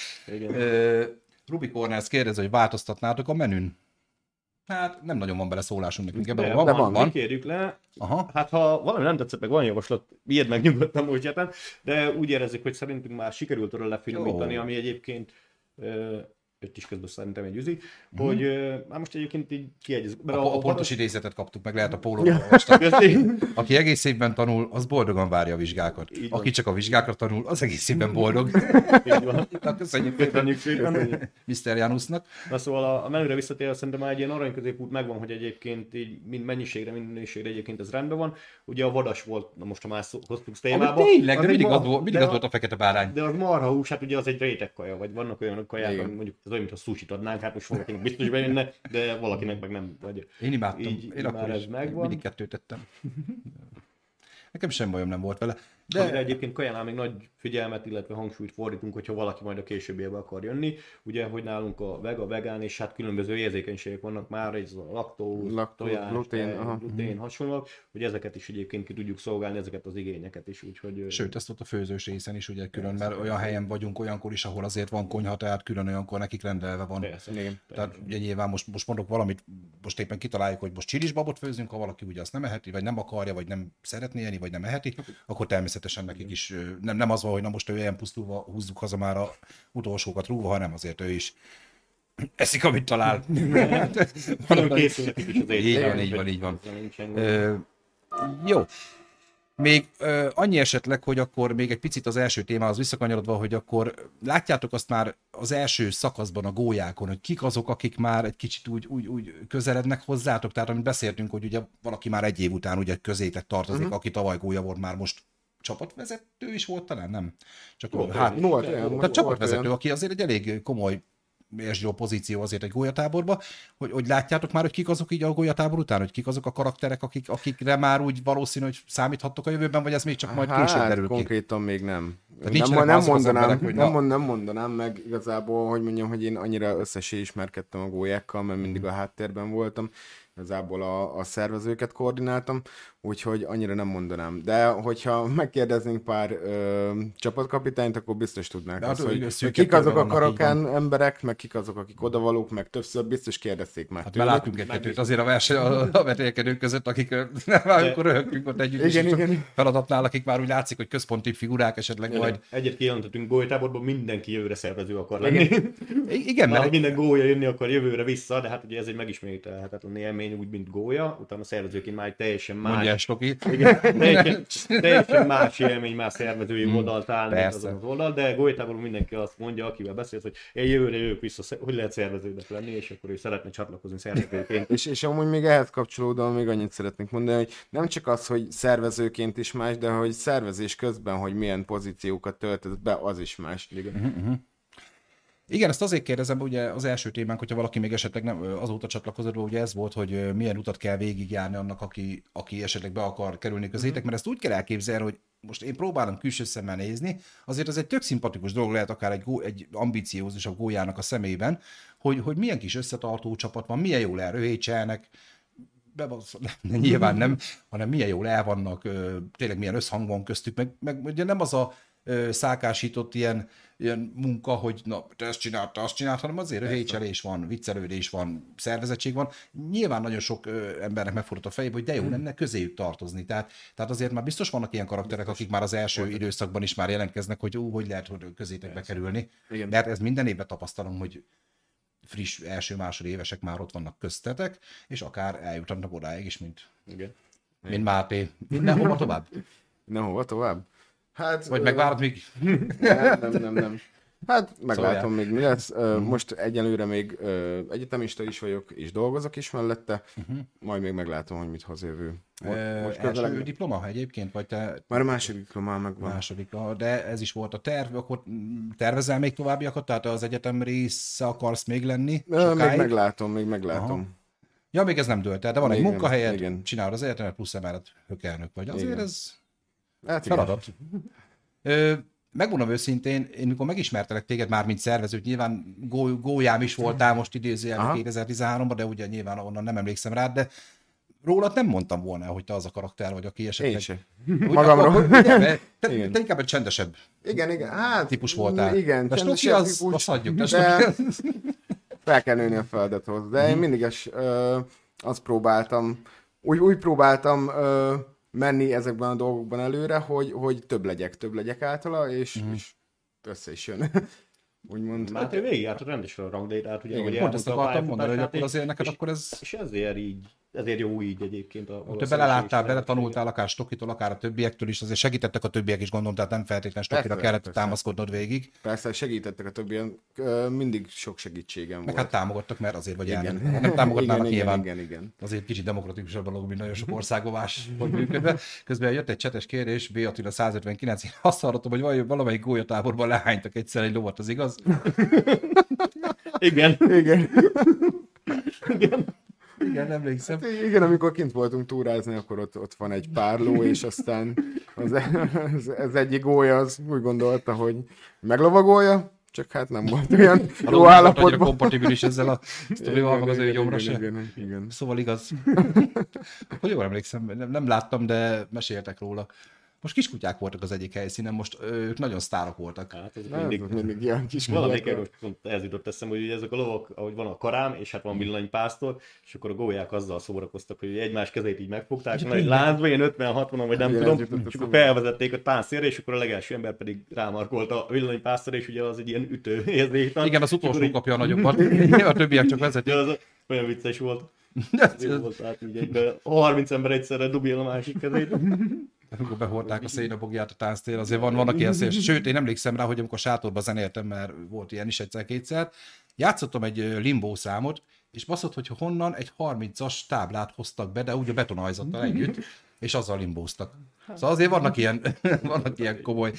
Rubi Corners kérdezi, hogy változtatnátok a menün? Hát nem nagyon van bele szólásunk nekünk ebben. De, van, de van, van. Kérjük le. Aha. Hát ha valami nem tetszett, meg van javaslat, írd meg nyugodtan most jelen, de úgy érezzük, hogy szerintünk már sikerült arra lefinomítani, ami egyébként öt is közben szerintem egy üzi, mm. hogy már most egyébként így kiegyezik. A, a, a pontos idézetet kaptuk meg, lehet a pólóban. Aki egész évben tanul, az boldogan várja a vizsgákat. Aki csak a vizsgákra tanul, az egész évben boldog. Így van. Köszönjük szépen miszter Jánusznak. Na szóval a, a menüre visszatérve szerintem már egy ilyen arany középút megvan, hogy egyébként így mind mennyiségre, mind minőségre egyébként ez rendben van. Ugye a vadas volt, na most ha már hoztuk témába. Tényleg, de mindig, az volt, mindig az volt a fekete bárány. De az marha hús, hát ugye az egy réteg kaja, vagy vannak olyan kaják, mondjuk ez olyan, mint a sushit adnánk, hát most valakinek biztos bejönne, de valakinek meg nem. Vagy Én imádtam, így, én akkor is mindig kettőt tettem. Nekem sem bajom nem volt vele. De... Amire egyébként kajánál még nagy figyelmet, illetve hangsúlyt fordítunk, hogyha valaki majd a későbbiekbe akar jönni. Ugye, hogy nálunk a vega, vegán, és hát különböző érzékenységek vannak már, ez a laktóz, Laktóz, tojás, glutén, tej, glutén hasonlók, hogy ezeket is egyébként ki tudjuk szolgálni, ezeket az igényeket is. Úgyhogy... Sőt, ezt ott a főzős részen is ugye külön, mert olyan helyen vagyunk olyankor is, ahol azért van konyha, tehát külön olyankor nekik rendelve van. Persze, igen, tehát ugye nyilván most, most mondok valamit, most éppen kitaláljuk, hogy most csilisbabot főzünk, ha valaki ugye azt nem eheti, vagy nem akarja, vagy nem szeretné enni, vagy nem eheti, akkor természetesen nekik is nem, nem az van, hogy na most ő ilyen pusztulva húzzuk haza már a utolsókat rúgva, hanem azért ő is eszik, amit talál. Így van, így van, így van. Ö, jó. Még ö, annyi esetleg, hogy akkor még egy picit az első témához visszakanyarodva, hogy akkor látjátok azt már az első szakaszban a gólyákon, hogy kik azok, akik már egy kicsit úgy, úgy, úgy közelednek hozzátok, tehát amit beszéltünk, hogy ugye valaki már egy év után ugye közétek tartozik, uh-huh. aki tavaly gólya volt, már most csapatvezető is volt talán, nem? Csak volt, hát, volt olyan, tehát csapatvezető, aki azért egy elég komoly és jó pozíció azért egy gólyatáborban, hogy, hogy látjátok már, hogy kik azok így a gólyatábor után, hogy kik azok a karakterek, akik, akikre már úgy valószínű, hogy számíthattok a jövőben, vagy ez még csak majd hát, később derül ki? Konkrétan még nem. Nem, nem, nem, mondanám, emberek, hogy nem, mond, nem mondanám meg igazából, hogy mondjam, hogy én annyira összesé ismerkedtem a gólyákkal, mert mindig a háttérben voltam, igazából a, a szervezőket koordináltam, úgyhogy annyira nem mondanám. De hogyha megkérdeznénk pár ö, csapatkapitányt, akkor biztos tudnák azt, hogy, hogy kik azok a karakán emberek, meg kik azok, akik odavalók, meg többször biztos kérdezték már. Hát láttunk egy-kettőt azért a verseny a, a vetélkedők között, akik nem amikor röhögtünk ott együtt, igen, és igen. feladatnál, akik már úgy látszik, hogy központi figurák esetleg igen, majd. Egyet kijelentettünk gólytáborban, mindenki jövőre szervező akar lenni. Igen, igen mert mert minden gólya jönni akar jövőre vissza, de hát ugye ez egy megismételhetetlen élmény, úgy, mint gólya, utána szervezőként már egy teljesen más. Igen, teljesen, teljesen más élmény már szervezői hmm, oldalt állni azon az oldal, de gólyatáborban mindenki azt mondja, akivel beszélsz, hogy én jövőre jövök vissza, hogy lehet szervezőnek lenni, és akkor ő szeretne csatlakozni szervezőként. és, és amúgy még ehhez kapcsolódóan még annyit szeretnék mondani, hogy nem csak az, hogy szervezőként is más, de hogy szervezés közben, hogy milyen pozíciókat töltött be, az is más. Igen. Uh-huh. Igen, ezt azért kérdezem, ugye az első témánk, hogyha valaki még esetleg nem azóta csatlakozott, ugye ez volt, hogy milyen utat kell végigjárni annak, aki, aki esetleg be akar kerülni közétek, uh-huh. mert ezt úgy kell elképzelni, hogy most én próbálom külső szemmel nézni, azért az egy tök szimpatikus dolog lehet akár egy, gó, egy ambiciózusabb gólyának a szemében, hogy, hogy milyen kis összetartó csapat van, milyen jól elröhécselnek, nyilván nem, hanem milyen jól el vannak, tényleg milyen összhang van köztük, meg, meg ugye nem az a szálkásított ilyen, ilyen munka, hogy na, te ezt csinált, te azt csinált, hanem azért röhécselés van, viccelődés van, szervezettség van. Nyilván nagyon sok ö, embernek megfordult a fejébe, hogy de jó lenne közéjük tartozni. Tehát, tehát azért már biztos vannak ilyen karakterek, akik már az első Voltak. időszakban is már jelentkeznek, hogy ú, hogy lehet hogy közétek bekerülni. Mert ez minden évben tapasztalom, hogy friss első-második évesek már ott vannak köztetek, és akár eljutnak odáig is, mint, Igen. mint Máté. Mindenhova tovább? Mindenhova tovább? Hát, vagy megvárod még? Nem, nem, nem, nem. Hát meglátom szóval még mi lesz. Uh, most egyelőre még uh, egyetemista is vagyok, és dolgozok is mellette. Uh-huh. Majd még meglátom, hogy mit hoz jövő. Most, most első közeleg... diploma egyébként? Vagy te... Már a második diplomá megvan. Második, de ez is volt a terv, akkor tervezel még továbbiakat? Tehát az egyetem része akarsz még lenni? Uh, még meglátom, még meglátom. Aha. Ja, még ez nem dőlt el, de van még egy nem, munkahelyed, igen. Csinálod az egyetemet, plusz emellett hökelnök vagy. Azért igen. ez hát feladat. Ö, megmondom őszintén, én mikor megismertelek téged már, mint szervezőt, nyilván gó, gólyám is voltál most idézőjelben kétezer-tizenháromban, de ugye nyilván onnan nem emlékszem rád, de rólad nem mondtam volna, hogy te az a karakter vagy, aki esetleg... Én sem. Magamról. Te, te, te inkább egy csendesebb igen, igen. Hát, típus voltál. Igen, de Stoki az, típus, azt adjuk. De de fel kell nőni a feladathoz. De én mindig is, ö, azt próbáltam, úgy, úgy próbáltam ö, menni ezekben a dolgokban előre, hogy, hogy több legyek, több legyek általa, és, mm. és össze is jön. Úgymond. Hát ő végigjárt rendesen a ranglétrát, ugye, hogy pont ezt akartam mondani, hogy akkor azért neked és, akkor ez... És ezért így, ezért jó így egyébként. A, te beleláttál, bele tanultál akár Stokitól, akár a többiektől is, azért segítettek a többiek is, gondolom, tehát nem feltétlenül Stokira kellett persze. támaszkodnod végig. Persze, segítettek a többiek, mindig sok segítségem meg volt. Hát támogattak, mert azért vagy elmenni. Nem támogatnának igen, nyilván. Igen, igen. Azért kicsit demokratikusabb dolog, mint nagyon sok országban más, hogy működve. Közben jött egy csetes kérdés, B. Attila száz ötvenkilenc, én azt hallottam, hogy valamelyik gólyatáborban lehánytak egyszer egy lovat, az igaz? Igen. Igen. Igen. Igen, emlékszem. Hát igen, amikor kint voltunk túrázni, akkor ott, ott van egy pár ló, és aztán az, az, az egyik gólya az úgy gondolta, hogy meglovagolja, csak hát nem volt olyan A jó állapotban. állapotban. kompatibilis ezzel a sztorival, meg az ő Igen, gyomra igen, se. igen, igen. Szóval igaz. Hogy jól emlékszem, nem, nem láttam, de meséltek róla. Most kiskutyák voltak az egyik helyszínen, most ők nagyon sztárok voltak. Hát ez Na, ez mindig... mindig ilyen kis Valamelyik kutyák. erről pont ez jutott eszembe, hogy ugye ezek a lovak, ahogy van a karám, és hát van villanypásztor, és akkor a gólyák azzal szórakoztak, hogy egymás kezét így megfogták, nagy lázba, ilyen ötven-hatvanon, vagy nem Igen, tudom, ez jutott és akkor eszembe. felvezették a páncélre, és akkor a legelső ember pedig rámarkolta a villanypásztor, és ugye az egy ilyen ütő érzéktan. Igen, az utolsó így... kapja a nagyobbat, a többiek csak vezetik. Ja, az olyan vicces volt. Jó volt, hát így egyben harminc ember egyszerre dubél a másik kezét. Amikor behordták a szénabogját a tánctér, azért van, vannak ilyen szél. Sőt, én emlékszem rá, hogy amikor sátorba zenéltem, mert volt ilyen is egyszer-kétszer, játszottam egy limbó számot, és baszott, hogy honnan egy harmincas táblát hoztak be, de úgy a betonajzattal együtt, és azzal limbóztak. Szóval azért vannak ilyen, vannak ilyen komoly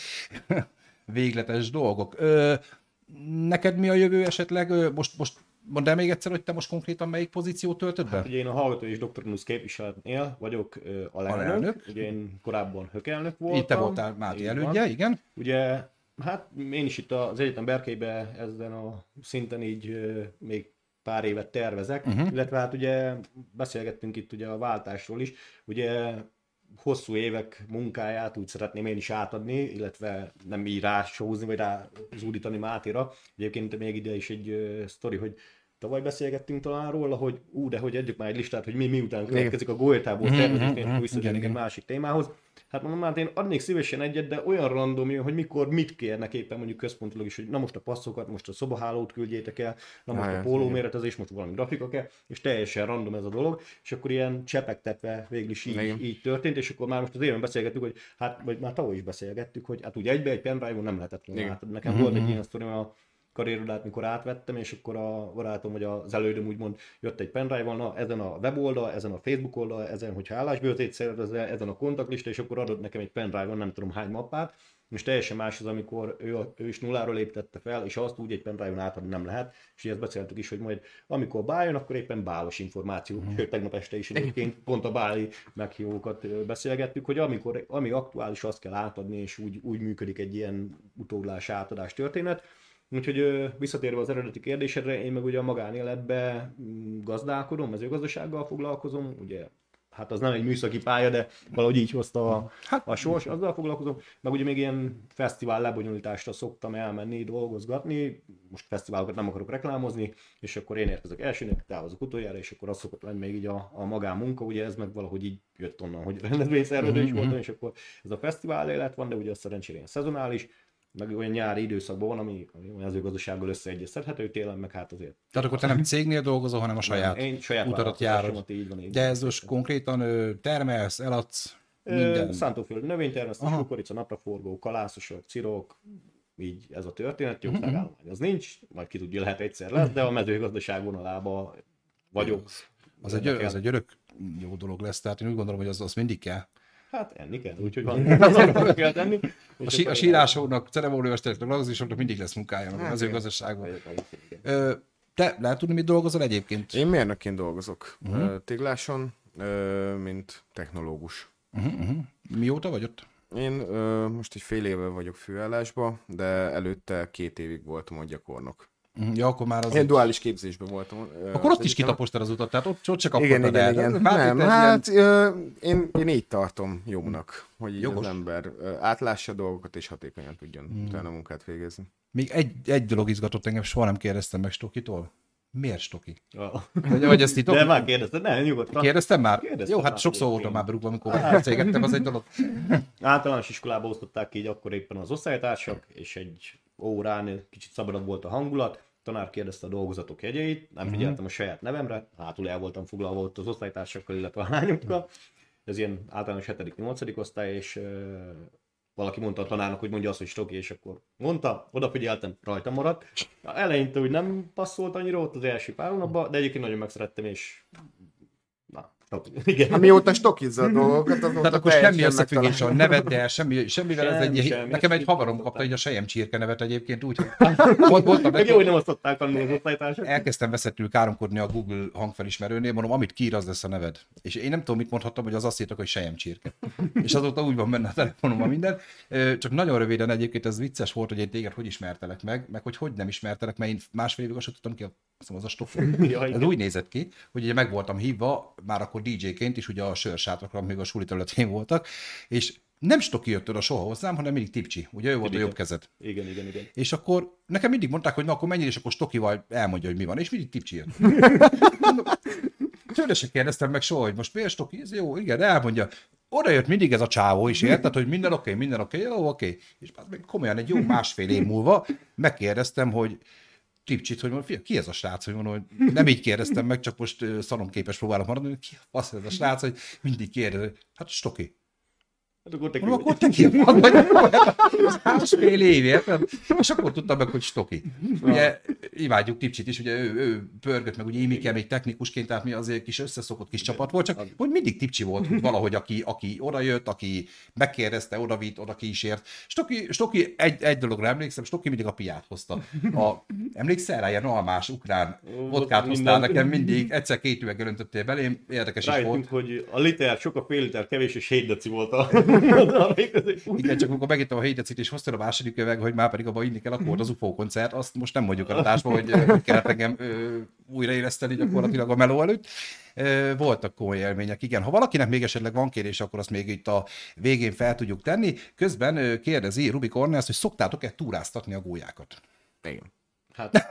végletes dolgok. Ö, neked mi a jövő esetleg? Ö, most, most mondd el még egyszer, hogy te most konkrétan melyik pozíciót töltöd be? Hát ugye én a Hallgató és Doktorinus képviseletnél vagyok ö, alelnök. Alelnök. Ugye én korábban hökelnök voltam. Így te voltál Máté Így elődje, van. igen. Ugye, hát én is itt az egyetem Berkelybe ezen a szinten így ö, még pár évet tervezek, Mhm. uh-huh. illetve hát ugye beszélgettünk itt ugye a váltásról is, ugye hosszú évek munkáját úgy szeretném én is átadni, illetve nem így rásózni, vagy rá zúdítani Mátéra. Egyébként még ide is egy uh, sztori, hogy tavaly beszélgettünk talán róla, hogy ú, de hogy adjuk már egy listát, hogy mi miután következik a gólyatából Mhm, tervezésnél, mhm, hogy visszatérünk igen, egy igen. másik témához. Hát mondom, hát én adnék szívesen egyet, de olyan random jön, hogy mikor mit kérnek éppen mondjuk központilag is, hogy na most a passzokat, most a szobahálót küldjétek el, na most Ah, a ja, pólóméretezés, most valami grafika kell, és teljesen random ez a dolog, és akkor ilyen csepegtetve végül is így, Igen. így történt, és akkor már most az éven beszélgettük, hogy hát, vagy már tavaly is beszélgettük, hogy hát ugye egybe egy pendrive-on nem lehetett volna Igen. átadni. Nekem volt egy ilyen sztorim a karrierodát, mikor átvettem, és akkor a barátom, vagy az elődöm úgymond jött egy pendrive-val, na ezen a weboldal, ezen a Facebook oldal, ezen, hogyha állásbőtét szervezel, ezen a kontaktlista, és akkor adott nekem egy pendrive-on nem tudom hány mappát, és teljesen más az, amikor ő, ő is nulláról léptette fel, és azt úgy egy pendrive-on átadni nem lehet, és ezt beszéltük is, hogy majd amikor báljon, akkor éppen bálos információ, sőt tegnap este is egyébként pont a báli meghívókat ö, beszélgettük, hogy amikor, ami aktuális, azt kell átadni, és úgy, úgy működik egy ilyen utódlás átadás történet. Úgyhogy ö, visszatérve az eredeti kérdésedre, én meg ugye a magánéletben mm, gazdálkodom, mezőgazdasággal foglalkozom, ugye hát az nem egy műszaki pálya, de valahogy így hozta a, a sors, azzal foglalkozom, meg ugye még ilyen fesztivál lebonyolításra szoktam elmenni, dolgozgatni, most fesztiválokat nem akarok reklámozni, és akkor én érkezek elsőnek, távozok utoljára, és akkor az szokott lenni még így a, a magánmunka, ugye ez meg valahogy így jött onnan, hogy rendezvényszervező is voltam, és akkor ez a fesztivál élet van, de ugye az szerencsére ilyen szezonális, meg olyan nyári időszakban van, ami, ami a mezőgazdasággal összeegyeztethető télen, meg hát azért. Tehát akkor te nem cégnél dolgozol, hanem a saját Én saját utadat járod. vállalkozásomat, így van, így De van. ez most konkrétan ö, termelsz, eladsz, Ö, minden. Szántóföld növénytermesztés, Aha. kukorica, napraforgó, kalászosok, cirok, így ez a történet, Mhm. jószágállomány az nincs, majd ki tudja, lehet egyszer lesz, de a mezőgazdaság vonalába vagyok. Az egy, Érdekel. az egy örök jó dolog lesz, tehát én úgy gondolom, hogy az, az mindig kell. Hát enni kell, úgyhogy van, azonban kell tenni. A, sí, a sírásoknak, ceremóniamestereknek, ragzisoknak mindig lesz munkája meg a mezőgazdaságban. Ö, Te lehet tudni, mit dolgozol egyébként? Én mérnökként dolgozok Mhm. uh-huh. Tigláson, ö, mint technológus. Uh-huh, uh-huh. Mióta vagy ott? Én ö, most egy fél éve vagyok főállásban, de előtte két évig voltam ott gyakornok. Uh-huh. Ja, akkor már az... Én duális képzésben voltam. ö, Akkor az ott is egyetemen. kitapostad az utat, tehát ott, ott se kaptad Igen, igen, el. igen. Már Nem, itt egy hát ö, én, én így tartom jónak, hogy így Jogos. az ember ö, átlássa a dolgokat és hatékonyan tudjon Hmm. utána a munkát végezni. Még egy, egy dolog izgatott engem, soha nem kérdeztem meg Stokitól. Miért Stoki? Ja. Vagy, vagy ezt titok? De már kérdezted, ne, nyugodtan. Kérdeztem már? Kérdeztem Jó, hát már sokszor egyébként. voltam már berúgva, amikor beszélgettem, az egy dolog. Általános iskolába osztották ki így akkor éppen az osztálytársak, és egy órán kicsit szabadabb volt a hangulat. Tanár kérdezte a dolgozatok jegyeit, nem figyeltem a saját nevemre, hátul el voltam foglalva ott az osztálytársakkal, illetve a lányokkal. Ez ilyen általános hetedik-nyolcadik osztály, és uh, valaki mondta a tanárnak, hogy mondja azt, hogy Stoki, és akkor mondta, odafigyeltem, rajta maradt. Na, eleinte úgy nem passzolt annyira ott az első pár hónapban, de egyébként nagyon megszerettem, és na, Igen. Hát mióta stokizza a dolgokat, azóta Tehát akkor semmi teljesen összefüggés van neveddel, semmi, semmivel ez Semmi, egy... semmi. Nekem egy haverom kapta így a sejem csirke nevet egyébként, úgy, hogy voltam Meg jó, hogy nem osztották annól az osztálytársak. elkezdtem veszettül káromkodni a Google hangfelismerőnél, mondom, amit kiír, az lesz a neved. És én nem tudom, mit mondhattam, hogy az azt írtak, hogy sejem csirke. És azóta úgy van benne a telefonomban minden. Ö, Csak nagyon röviden egyébként ez vicces volt, hogy én téged hogy ismertelek meg, meg hogy hogy nem ismertelek, mert én másfél évig azt sem tudtam ki, azt hiszem, az a stop. Jaj, Ez úgy nézett ki, hogy ugye meg voltam hívva, már akkor dé dzsé-ként is, ugye a sörsátrakra, még a suli területén voltak, és nem Stoki jött oda soha hozzám, hanem mindig Tipcsi. Ugye ő volt a jobb kezed. Igen, igen, igen. És akkor nekem mindig mondták, hogy na akkor menjél, és akkor Stokival elmondja, hogy mi van, és mindig Tipcsi jött. Tőle se kérdeztem meg soha, hogy most miért Stoki, ez jó, igen, elmondja. Oda jött mindig ez a csávó is, érted, hogy minden oké, okay, minden oké, okay, jó, oké. Okay. És még komolyan egy jó másfél év múlva megkérdeztem, hogy Tipcsit, hogy mondom, fia, ki ez a srác, hogy mondom, hogy nem így kérdeztem meg, csak most uh, szalonképes próbálom maradni, hogy ki az ez a srác, hogy mindig kérdez, hát Stoki. Hát akkor te Mondom, akkor te ki vagy? Az másfél év, érted? És akkor tudtam meg, hogy Stoki. Ugye imádjuk Tipcsit is, ugye ő, ő pörgött meg, ugye Imike még technikusként, tehát mi azért kis összeszokott kis csapat volt, csak hogy mindig Tipcsi volt hogy valahogy, aki, aki oda jött, aki megkérdezte, oda vitt, oda kísért. Stoki, Stoki egy, egy dologra emlékszem, Stoki mindig a piát hozta. A, emlékszel rá, ilyen almás, ukrán vodkát hoztál nekem mindig, egyszer két üveggel öntöttél belém, érdekes is volt. hogy a liter, sok a fél liter, kevés, és hét deci volt a... Igen, csak amikor megittem a hét decit, és hoztál a második üveg, hogy már pedig abban inni kell, akkor volt az u ef o koncert, azt most nem mondjuk a adásba, hogy hogy kellett engem ö, újraéleszteni gyakorlatilag a meló előtt. Ö, voltak komoly élmények, igen. Ha valakinek még esetleg van kérés, akkor azt még itt a végén fel tudjuk tenni. Közben ö, kérdezi Rubik Orneas, hogy szoktátok-e túráztatni a gólyákat? Igen. Hát,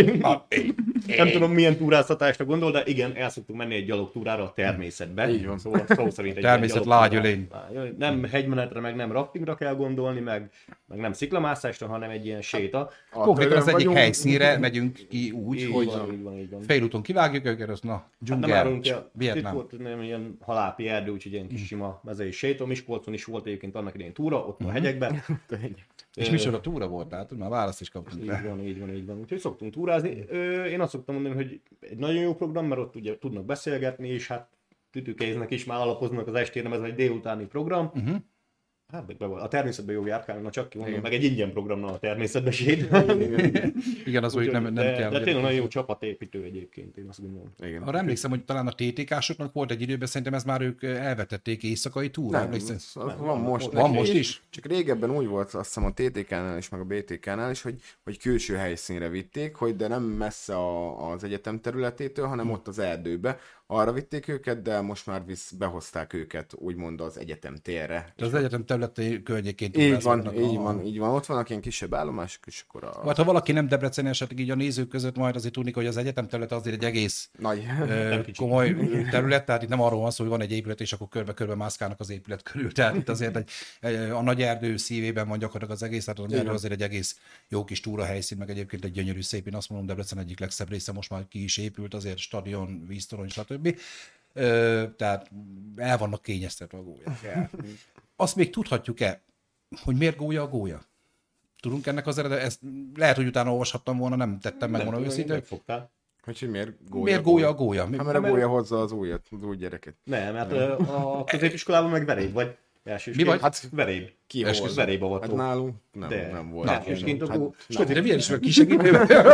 nem tudom, milyen túráztatásra gondol, de igen, el szoktunk menni egy gyalogtúrára a természetbe. Így van. Szóval szó szerint egy Természet ilyen lágyölény. gyalogtúrá. Nem hegymenetre, meg nem raftingra kell gondolni, meg, meg nem sziklamászásra, hanem egy ilyen séta. Konkrétan az egyik vagyunk. helyszínre megyünk ki úgy, Így hogy van, így van, így van. félúton kivágjuk őket, az na, Hát nem dzsungel, árulunk el, itt Vietnám. volt nem ilyen halápi erdő, úgyhogy ilyen kis sima mezei séta. Miskolcon is volt egyébként annak idején túra, ott a hegyekben. És micsoda túra volt, látod? Már választ is kaptunk. Így van, így van, így van. Úgyhogy szoktunk túrázni. Ö, én azt szoktam mondani, hogy egy nagyon jó program, mert ott ugye tudnak beszélgetni, és hát tütükéznek is, már alapoznak az estére, ez egy délutáni program. Uh-huh. Hát meg be volt. A természetben jó járkálni, na csak ki mondom, meg egy ingyen programnal a természetbe sétálni. Igen, az úgy nem, nem de, kell. de tényleg nagyon jó csapatépítő egyébként, én azt gondolom. Igen. Arra emlékszem, hogy talán a té té ká-soknak volt egy időben, szerintem ez már ők elvetették éjszakai túra. Nem, Emlékszem? az, az van most. Van neki most is? Csak régebben úgy volt, azt hiszem a té té ká-nál is, meg a bé té ká-nál is, hogy, hogy külső helyszínre vitték, hogy de nem messze a, az egyetem területétől, hanem Hm. ott az erdőbe. Arra vitték őket, de most már visz, behozták őket úgymond az egyetem térre. De az egyetem területi környékén Így van, túráznak így a- van, így van. Ott vannak ilyen kisebb állomások, és akkor a Vagy ha valaki nem debreceni, esetleg így a nézők között majd azért tudni, hogy az egyetem terület azért egy egész nagy... ö, komoly terület, tehát itt nem arról van szó, hogy van egy épület, és akkor körbe-körbe mászkálnak az épület körül. Tehát itt azért egy, egy, a nagy erdő szívében van gyakorlatilag az egész, tehát a nagy erdő azért egy egész jó kis túrahelyszín, meg egyébként egy gyönyörű szép, én azt mondom, Debrecen egyik legszebb része most már ki is épült, azért stadion, víztorony, stb. Ö, tehát el vannak kényeztetve a gólyák. Azt még tudhatjuk-e, hogy miért gólya a gólya? Tudunk ennek az eredet? Ezt lehet, hogy utána olvashattam volna, nem tettem meg, mondom őszintén. Megfogtál. Hogy, hogy miért gólya? Miért gólya a gólya? Mi- Hát mert a gólya hozza az újat, az új gyereket. Nem, mert ö, a középiskolában meg veréb vagy. Elsősként. Mi vagy? Hát veréb. Ki Esküszöm. hoz? Verébavató. Hát nálunk nem, De. nem volt. Na, Elsősként Hát, akkor Stop, de milyen is meg kisegítő?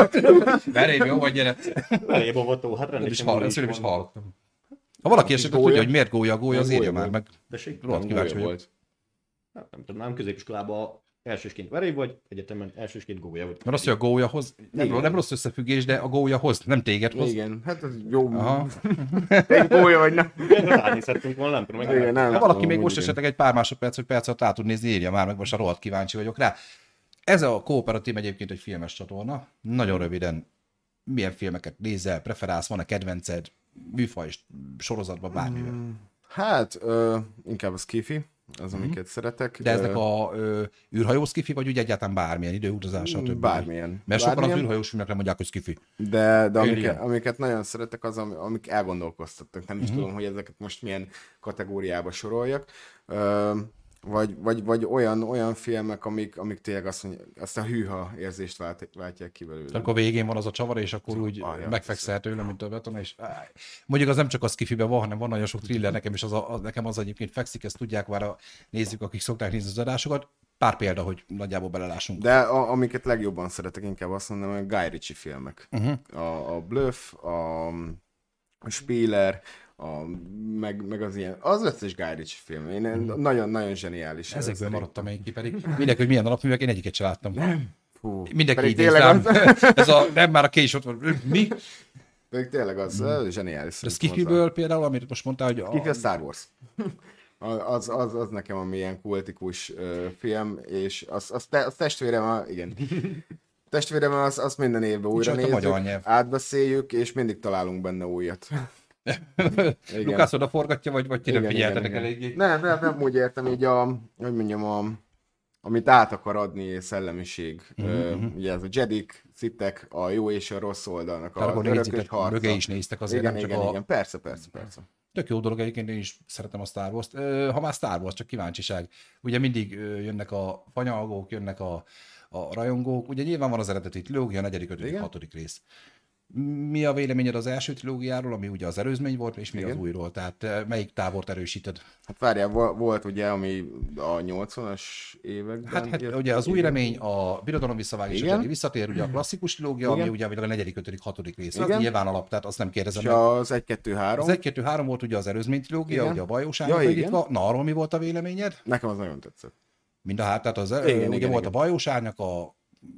Verém, jó, vagy gyere. verébavató, hát Nem is rendesen hall, úgy ezt nem is van. hallottam. Ha valaki esetleg gólya? tudja, hogy miért gólya a gólya, az Nem írja gólya már volt. meg. De ség, Rohadt nem kíváncsi gólya vagyok. volt. hát nem tudom, nem középiskolában elsősként veréb vagy, egyetemen elsősként gólya vagy. Mert azt, hogy a gólya hoz, nem, Igen. nem rossz összefüggés, de a gólya hoz, nem téged hoz. Igen, hát az jó. Aha. Egy gólya vagy nem. Ránézhettünk volna, nem tudom. Igen, Meg... nem Ha valaki tudom, még most igen. esetleg egy pár másodperc, hogy perc alatt át tud nézni, írja már meg, most a rohadt kíváncsi vagyok rá. Ez a Kooperatív egyébként egy filmes csatorna. Nagyon röviden, milyen filmeket nézel, preferálsz, van-e kedvenced, műfaj, sorozatban, bármivel. Hát, ö, inkább a skifi, az, amiket szeretek. De eznek Ö, a ö, űrhajó skifi, vagy úgy egyáltalán bármilyen időutazása? többi? Bármilyen. Mert sokan az Bármilyen. űrhajós filmekre mondják, hogy skifi. De, de amiket, Alien. amiket nagyon szeretek, az, ami- amik elgondolkoztattak. Nem is Mhm. tudom, hogy ezeket most milyen kategóriába soroljak. Ö, Vagy, vagy, vagy olyan, olyan filmek, amik, amik tényleg azt, mondja, azt a hűha érzést vált, váltják ki belőle. Tehát akkor végén van az a csavar, és akkor úgy Ah, ja, megfekszel tőle, mint a beton, és áj. Mondjuk az nem csak a skifiben van, hanem van nagyon sok thriller, nekem is az, a, az, nekem az egyébként fekszik, ezt tudják már a nézzük, akik szokták nézni az adásokat. Pár példa, hogy nagyjából belelássunk. De a, amiket legjobban szeretek, inkább azt mondom, a Guy Ritchie filmek. Uh-huh. A, a Bluff, a, a Spieler, a, meg, meg az ilyen, az összes Guy Ritchie film. Én uh-huh. nagyon, nagyon zseniális. Ezekből maradtam én ki, pedig mindenki, hogy milyen alapművek, én egyiket sem láttam. Nem. Fú, mindenki így néztem. Az... Ez a, nem már a kés ott van. Mi? Pedig tényleg az uh, zseniális. De Skifiből például, amit most mondtál, hogy... A... Skifi a Star Wars. Az, az, az nekem a milyen kultikus uh, film, és az, az, te, az testvérem, igen. Testvérem az, az minden évben újra nézzük, átbeszéljük, és mindig találunk benne újat. Lukász oda forgatja, vagy, vagy ti nem figyeltetek eléggé? Nem, nem, nem úgy értem, így a, hogy mondjam, a, amit át akar adni szellemiség. Uh-huh. Uh, ugye ez a Jedik, Sithek, a jó és a rossz oldalnak a örökös harca. Mögé is néztek azért, igen, nem csak igen, a... igen, persze, persze, persze. Tök jó dolog egyébként, én is szeretem a Star Wars-t. Ha már Star Wars, csak kíváncsiság. Ugye mindig jönnek a fanyalgók, jönnek a, a rajongók. Ugye nyilván van az eredeti trilógia, a negyedik, ötödik, hatodik rész. Mi a véleményed az első trilógiáról, ami ugye az előzmény volt, és mi igen. az újról? Tehát melyik tábort erősíted? Hát várjál, volt ugye, ami a nyolcvanas években... Hát, hát ugye az új remény, a Birodalom visszavág és a Jedi visszatér, ugye a klasszikus trilógia, igen. ami ugye a negyedik, ötödik, hatodik rész. Az nyilván alap, tehát azt nem kérdezem és meg. Az egy, kettő, három. Az egy, kettő, három volt ugye az előzmény trilógia, igen. ugye a bajóságnak ja, megítva. Na, arról mi volt a véleményed? Nekem az nagyon tetszett. Mind a hát, tehát az, igen, ugye igen, volt igen. a bajóságnak a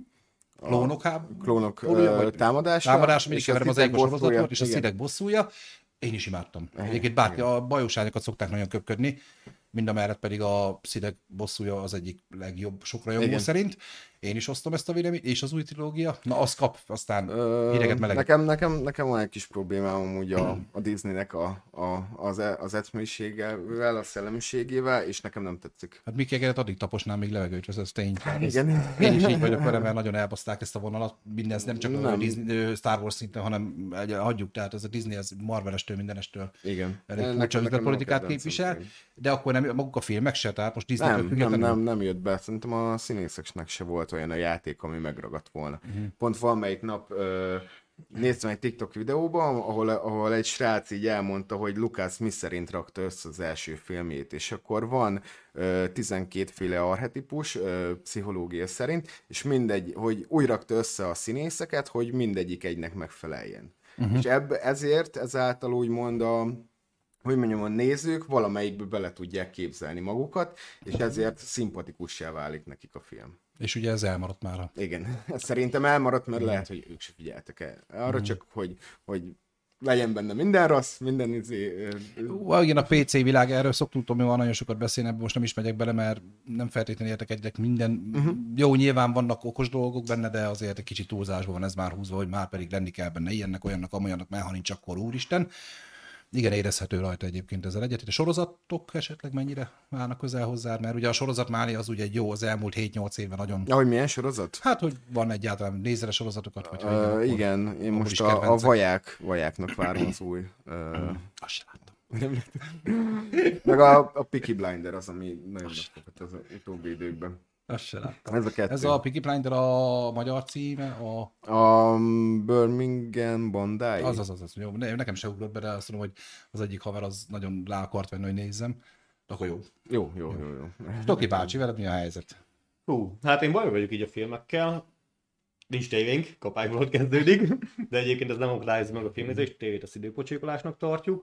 klónok, a klónok uh, támadása, támadása, mindig keverem az egyik sorozatot, és a Sithek bosszúja. Én is imádtam. Egyébként bárki, a bajosányokat szokták nagyon köpködni, mind a mellett pedig a Sithek bosszúja az egyik legjobb sok rajongó szerint. Én is osztom ezt a véleményt, és az új trilógia. Na, az kap, aztán Ö, hideget meleget. Nekem, nekem, nekem van egy kis problémám úgy a, a Disneynek a, a, az, az etmőségével, a szellemiségével, és nekem nem tetszik. Hát Mickey-et addig taposnám, még levegőt vesz, ez tény. Igen. Én is így vagyok vele, mert nagyon elbaszták ezt a vonalat. Minden, nem csak nem. a Disney, Star Wars szinten, hanem hagyjuk, tehát ez a Disney, ez Marvelestől, mindenestől. Igen. Elég furcsa üzletpolitikát képvisel, de akkor nem, maguk a filmek se, tehát most Disney nem, nem, nem, nem jött be. Szerintem a színészeknek se volt olyan a játék, ami megragadt volna. Uh-huh. Pont valamelyik nap ö, néztem egy TikTok videóban, ahol, ahol egy srác így elmondta, hogy Lucas mi szerint rakta össze az első filmjét, és akkor van ö, tizenkétféle archetipus ö, pszichológia szerint, és mindegy, hogy úgy rakta össze a színészeket, hogy mindegyik egynek megfeleljen. Uh-huh. És ebb, ezért ezáltal úgymond a hogy mondjam, a nézők valamelyikbe bele tudják képzelni magukat, és ezért szimpatikussá válik nekik a film. És ugye ez elmaradt már. Igen, ez szerintem elmaradt, mert lehet, hogy ők se figyeltek el. Arra mm. csak, hogy, hogy legyen benne minden rossz, minden izé... Uh, igen, a pé cé világ, erről szoktunk Tomi nagyon sokat beszélni, most nem is megyek bele, mert nem feltétlenül értek egyek minden. Uh-huh. Jó, nyilván vannak okos dolgok benne, de azért egy kicsit túlzásban van ez már húzva, hogy már pedig lenni kell benne ilyennek, olyannak, amolyannak, mert ha nincs, akkor úristen. Igen, érezhető rajta egyébként ezzel egyet. A sorozatok esetleg mennyire állnak közel hozzá, mert ugye a sorozatmánia az ugye egy jó, az elmúlt hét-nyolc évben nagyon... Ja, hogy milyen sorozat? Hát, hogy van egyáltalán nézre sorozatokat, vagy... Uh, igen, igen, én most a, a vaják, vajáknak várom az új... Uh... Azt sem láttam. Meg a, a Peaky Blinder az, ami nagyon megfogott az utóbbi időkben. Azt se láttam. Ez a kettő. Ez a Peaky Blinder a magyar címe? A, a Birmingham Bondi. Az, az, az, az. Jó, nekem se ugrott be, de azt mondom, hogy az egyik haver az nagyon rá akart venni, hogy nézzem. De akkor jó. Jó, jó, jó. jó. Toki bácsi, veled mi a helyzet? Hú, hát én bajban vagyok így a filmekkel. Nincs tévénk, kapályból kezdődik. De egyébként ez nem akadályozza meg a filmnézést, tévét azt időpocsékolásnak tartjuk.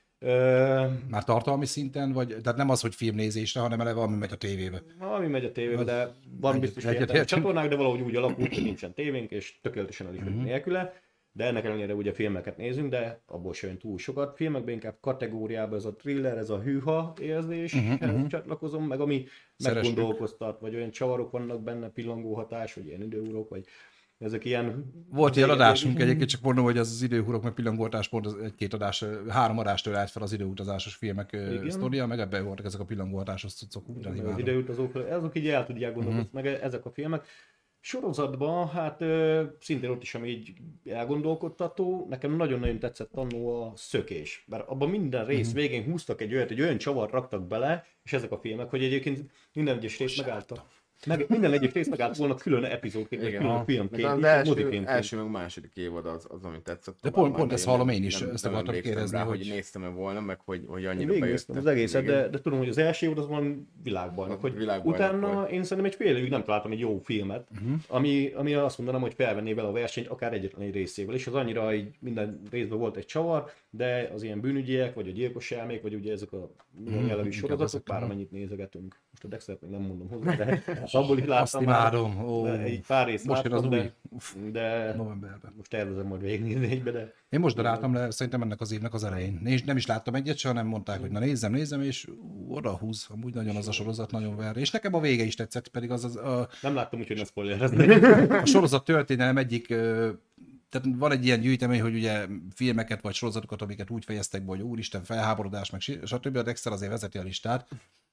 Már tartalmi szinten, vagy tehát nem az, hogy filmnézésre, hanem eleve ami megy a tévébe. Valami megy a tévébe, de van biztos értelmi csatornák, de valahogy úgy alakult, hogy nincsen tévénk, és tökéletesen el is vagyunk nélküle. De ennek ellenére ugye filmeket nézünk, de abból sem túl sokat. Filmekben inkább kategóriában ez a thriller, ez a hűha érzéshez uh-huh, uh-huh. csatlakozom, meg ami Szeresük. Meggondolkoztat, vagy olyan csavarok vannak benne, pillangóhatás, vagy ilyen időurok, vagy ezek ilyen... Volt ilyen adásunk egyébként, csak mondom, hogy az az időhurok meg pillangóhatás pont az egy-két adás, három adástől állt fel az időutazásos filmek sztoria, meg ebben voltak ezek a pillangóhatásos cuccok. Az időutazók, azok így el tudják gondolkozni, uh-huh. meg ezek a filmek. Sorozatban, hát ö, szintén ott is, ami így elgondolkodtató, nekem nagyon-nagyon tetszett annó a Szökés. Mert abban minden rész mm-hmm. végén húztak egy olyat, egy olyan csavart raktak bele, és ezek a filmek, hogy egyébként minden egyes rész megálltak. Meg, minden egyes rész megállt volna külön epizódként, vagy külön filmként, az első, első meg második évad az, az ami tetszett. De pont, pont ezt hallom én is, nem, ezt akartam kérdezni, rá, hogy... hogy néztem-e volna, meg hogy, hogy annyira én bejöttem. az egészet, de, de tudom, hogy az első évad az van világbajnok, hogy világbajnok utána volt. Én szerintem egy fél évig nem találtam egy jó filmet, uh-huh. ami, ami azt mondanám, hogy felvenné vele a versenyt akár egyetlen egy részével, és az annyira így minden részben volt egy csavar, de az ilyen bűnügyiek, vagy a gyilkos elmék, vagy ugye ezek a mm, jellegű sorozatok, pár amennyit nézegetünk. Most a Dextert még nem mondom hozzá, de abból is láttam már egy pár részt most láttam, az de, de most tervezem majd végignézni egybe, de... Én most daráltam le, szerintem ennek az évnek az elején. Én nem is láttam egyet se, hanem mondták, hogy na nézzem, nézzem, és oda húz. Amúgy nagyon az a sorozat, nagyon ver. És nekem a vége is tetszett, pedig az az... A... Nem láttam, úgyhogy ne spoilerezni. A sorozat történelem egyik... Tehát van egy ilyen gyűjtemény, hogy ugye filmeket vagy sorozatokat, amiket úgy fejeztek be, hogy úristen, felháborodás, meg stb. A Dexter azért vezeti a listát.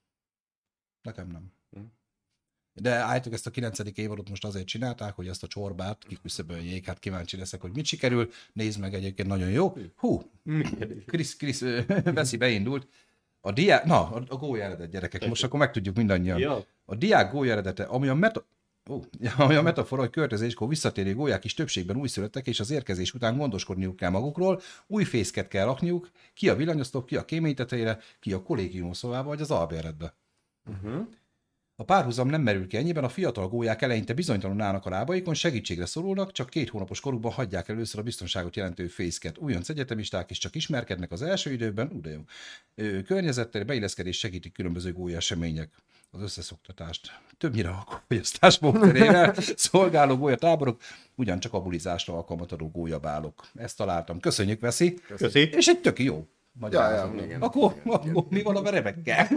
Nekem nem. De állítok, ezt a kilencedik évadot most azért csinálták, hogy ezt a csorbát kiküszöböljék, hát kíváncsi leszek, hogy mit sikerül. Nézd meg, egyébként nagyon jó. Hú, Krisz, Krisz veszi beindult. A diák, na, a, a gólya eredet, gyerekek, most akkor megtudjuk mindannyian. A diák gólya eredete, ami a meta... Ó, ami a metafora, hogy költözéskor visszatérő gólyák is többségben újszülöttek, és az érkezés után gondoskodniuk kell magukról, új fészket kell rakniuk, ki a villanyoszlop, ki a kéménytetejére, ki a kollégium szobába, vagy az albérletbe. Uh-huh. A párhuzam nem merül ki ennyiben, a fiatal gólyák eleinte bizonytalanul állnak a lábaikon, segítségre szorulnak, csak két hónapos korukban hagyják először a biztonságot jelentő fészket. Újonc egyetemisták is csak ismerkednek az első időben, ú, de jó. Ö, környezettel beilleszkedés segítik különböző gólya események. Az összeszoktatást többnyire a fogyasztás módszerével szolgáló gólyatáborok, ugyancsak a bulizásra alkalmat adó gólyabálok. Ezt találtam. Köszönjük, Veszi. Köszi. És egy töki jó. Ja, ja, igen, akkor, igen, akkor igen. Mi van a veremekkel?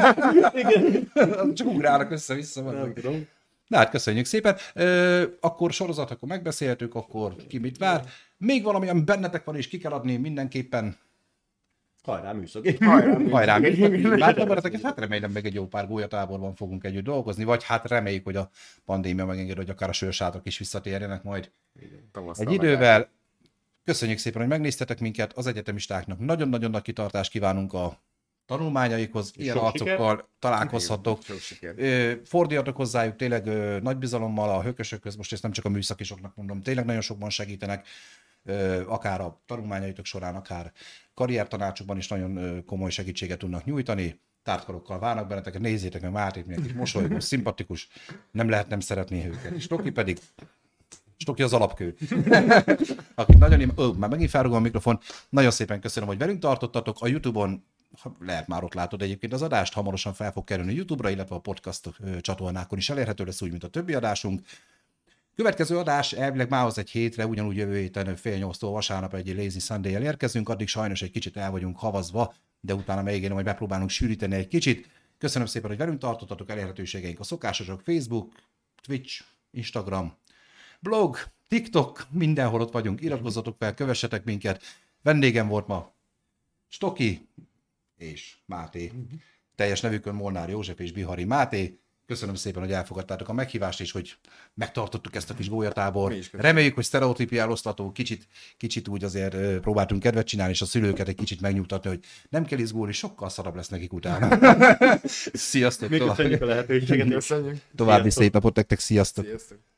Csak ugrálnak össze-vissza. Nem tudom. Na hát köszönjük szépen. Ö, akkor sorozat, akkor megbeszéltük, akkor ki mit vár. Még valami, ami bennetek van és ki kell adni mindenképpen. Hajrá műszaki. Hajrá műszaki. Vártam maradtak, és hát remélem meg egy jó pár gólyatáborban fogunk együtt dolgozni, vagy hát reméljük, hogy a pandémia megenged, hogy akár a sősátrak is visszatérjenek majd igen, egy idővel. Köszönjük szépen, hogy megnéztetek minket, az egyetemistáknak nagyon-nagyon nagy kitartást kívánunk a tanulmányaikhoz, ilyen sok arcokkal siker. Találkozhatok. Forduljatok hozzájuk tényleg ö, nagy bizalommal a hökösökhöz, most ezt nem csak a műszakisoknak mondom, tényleg nagyon sokban segítenek, ö, akár a tanulmányaitok során, akár karriertanácsokban is nagyon ö, komoly segítséget tudnak nyújtani. Tártkarokkal várnak benneteket, nézzétek meg Mátét, milyen kis mosolygós, szimpatikus, nem lehet nem szeretni őket. És Toki pedig Stoki az alapkő. Akit nagyon im... Ó, már megint felrugom a mikrofon. Nagyon szépen köszönöm, hogy velünk tartottatok. A YouTube-on, lehet már ott látod egyébként az adást, hamarosan fel fog kerülni YouTube-ra, illetve a podcast csatornákon is elérhető lesz, úgy, mint a többi adásunk. Következő adás elvileg mához egy hétre, ugyanúgy jövő héten fél nyolctól vasárnap egy Lazy Sunday-el érkezünk, addig sajnos egy kicsit el vagyunk havazva, de utána megígérem, hogy megpróbálunk sűríteni egy kicsit. Köszönöm szépen, hogy velünk tartottatok, elérhetőségeink a szokásosok, Facebook, Twitch, Instagram, blog, TikTok, mindenhol ott vagyunk, iratkozzatok fel, kövessetek minket. Vendégem volt ma Stoki és Máté. Teljes nevükön Molnár József és Bihari Máté. Köszönöm szépen, hogy elfogadtátok a meghívást, és hogy megtartottuk ezt a kis gólyatábor. Reméljük, hogy sztereotípiával osztható, kicsit, kicsit úgy azért próbáltunk kedvet csinálni, és a szülőket egy kicsit megnyugtatni, hogy nem kell izgulni, sokkal szarabb lesz nekik utána. Sziasztok! Még köszönjük a lehetőséget. További szép napot nektek, sziasztok! Sziasztok.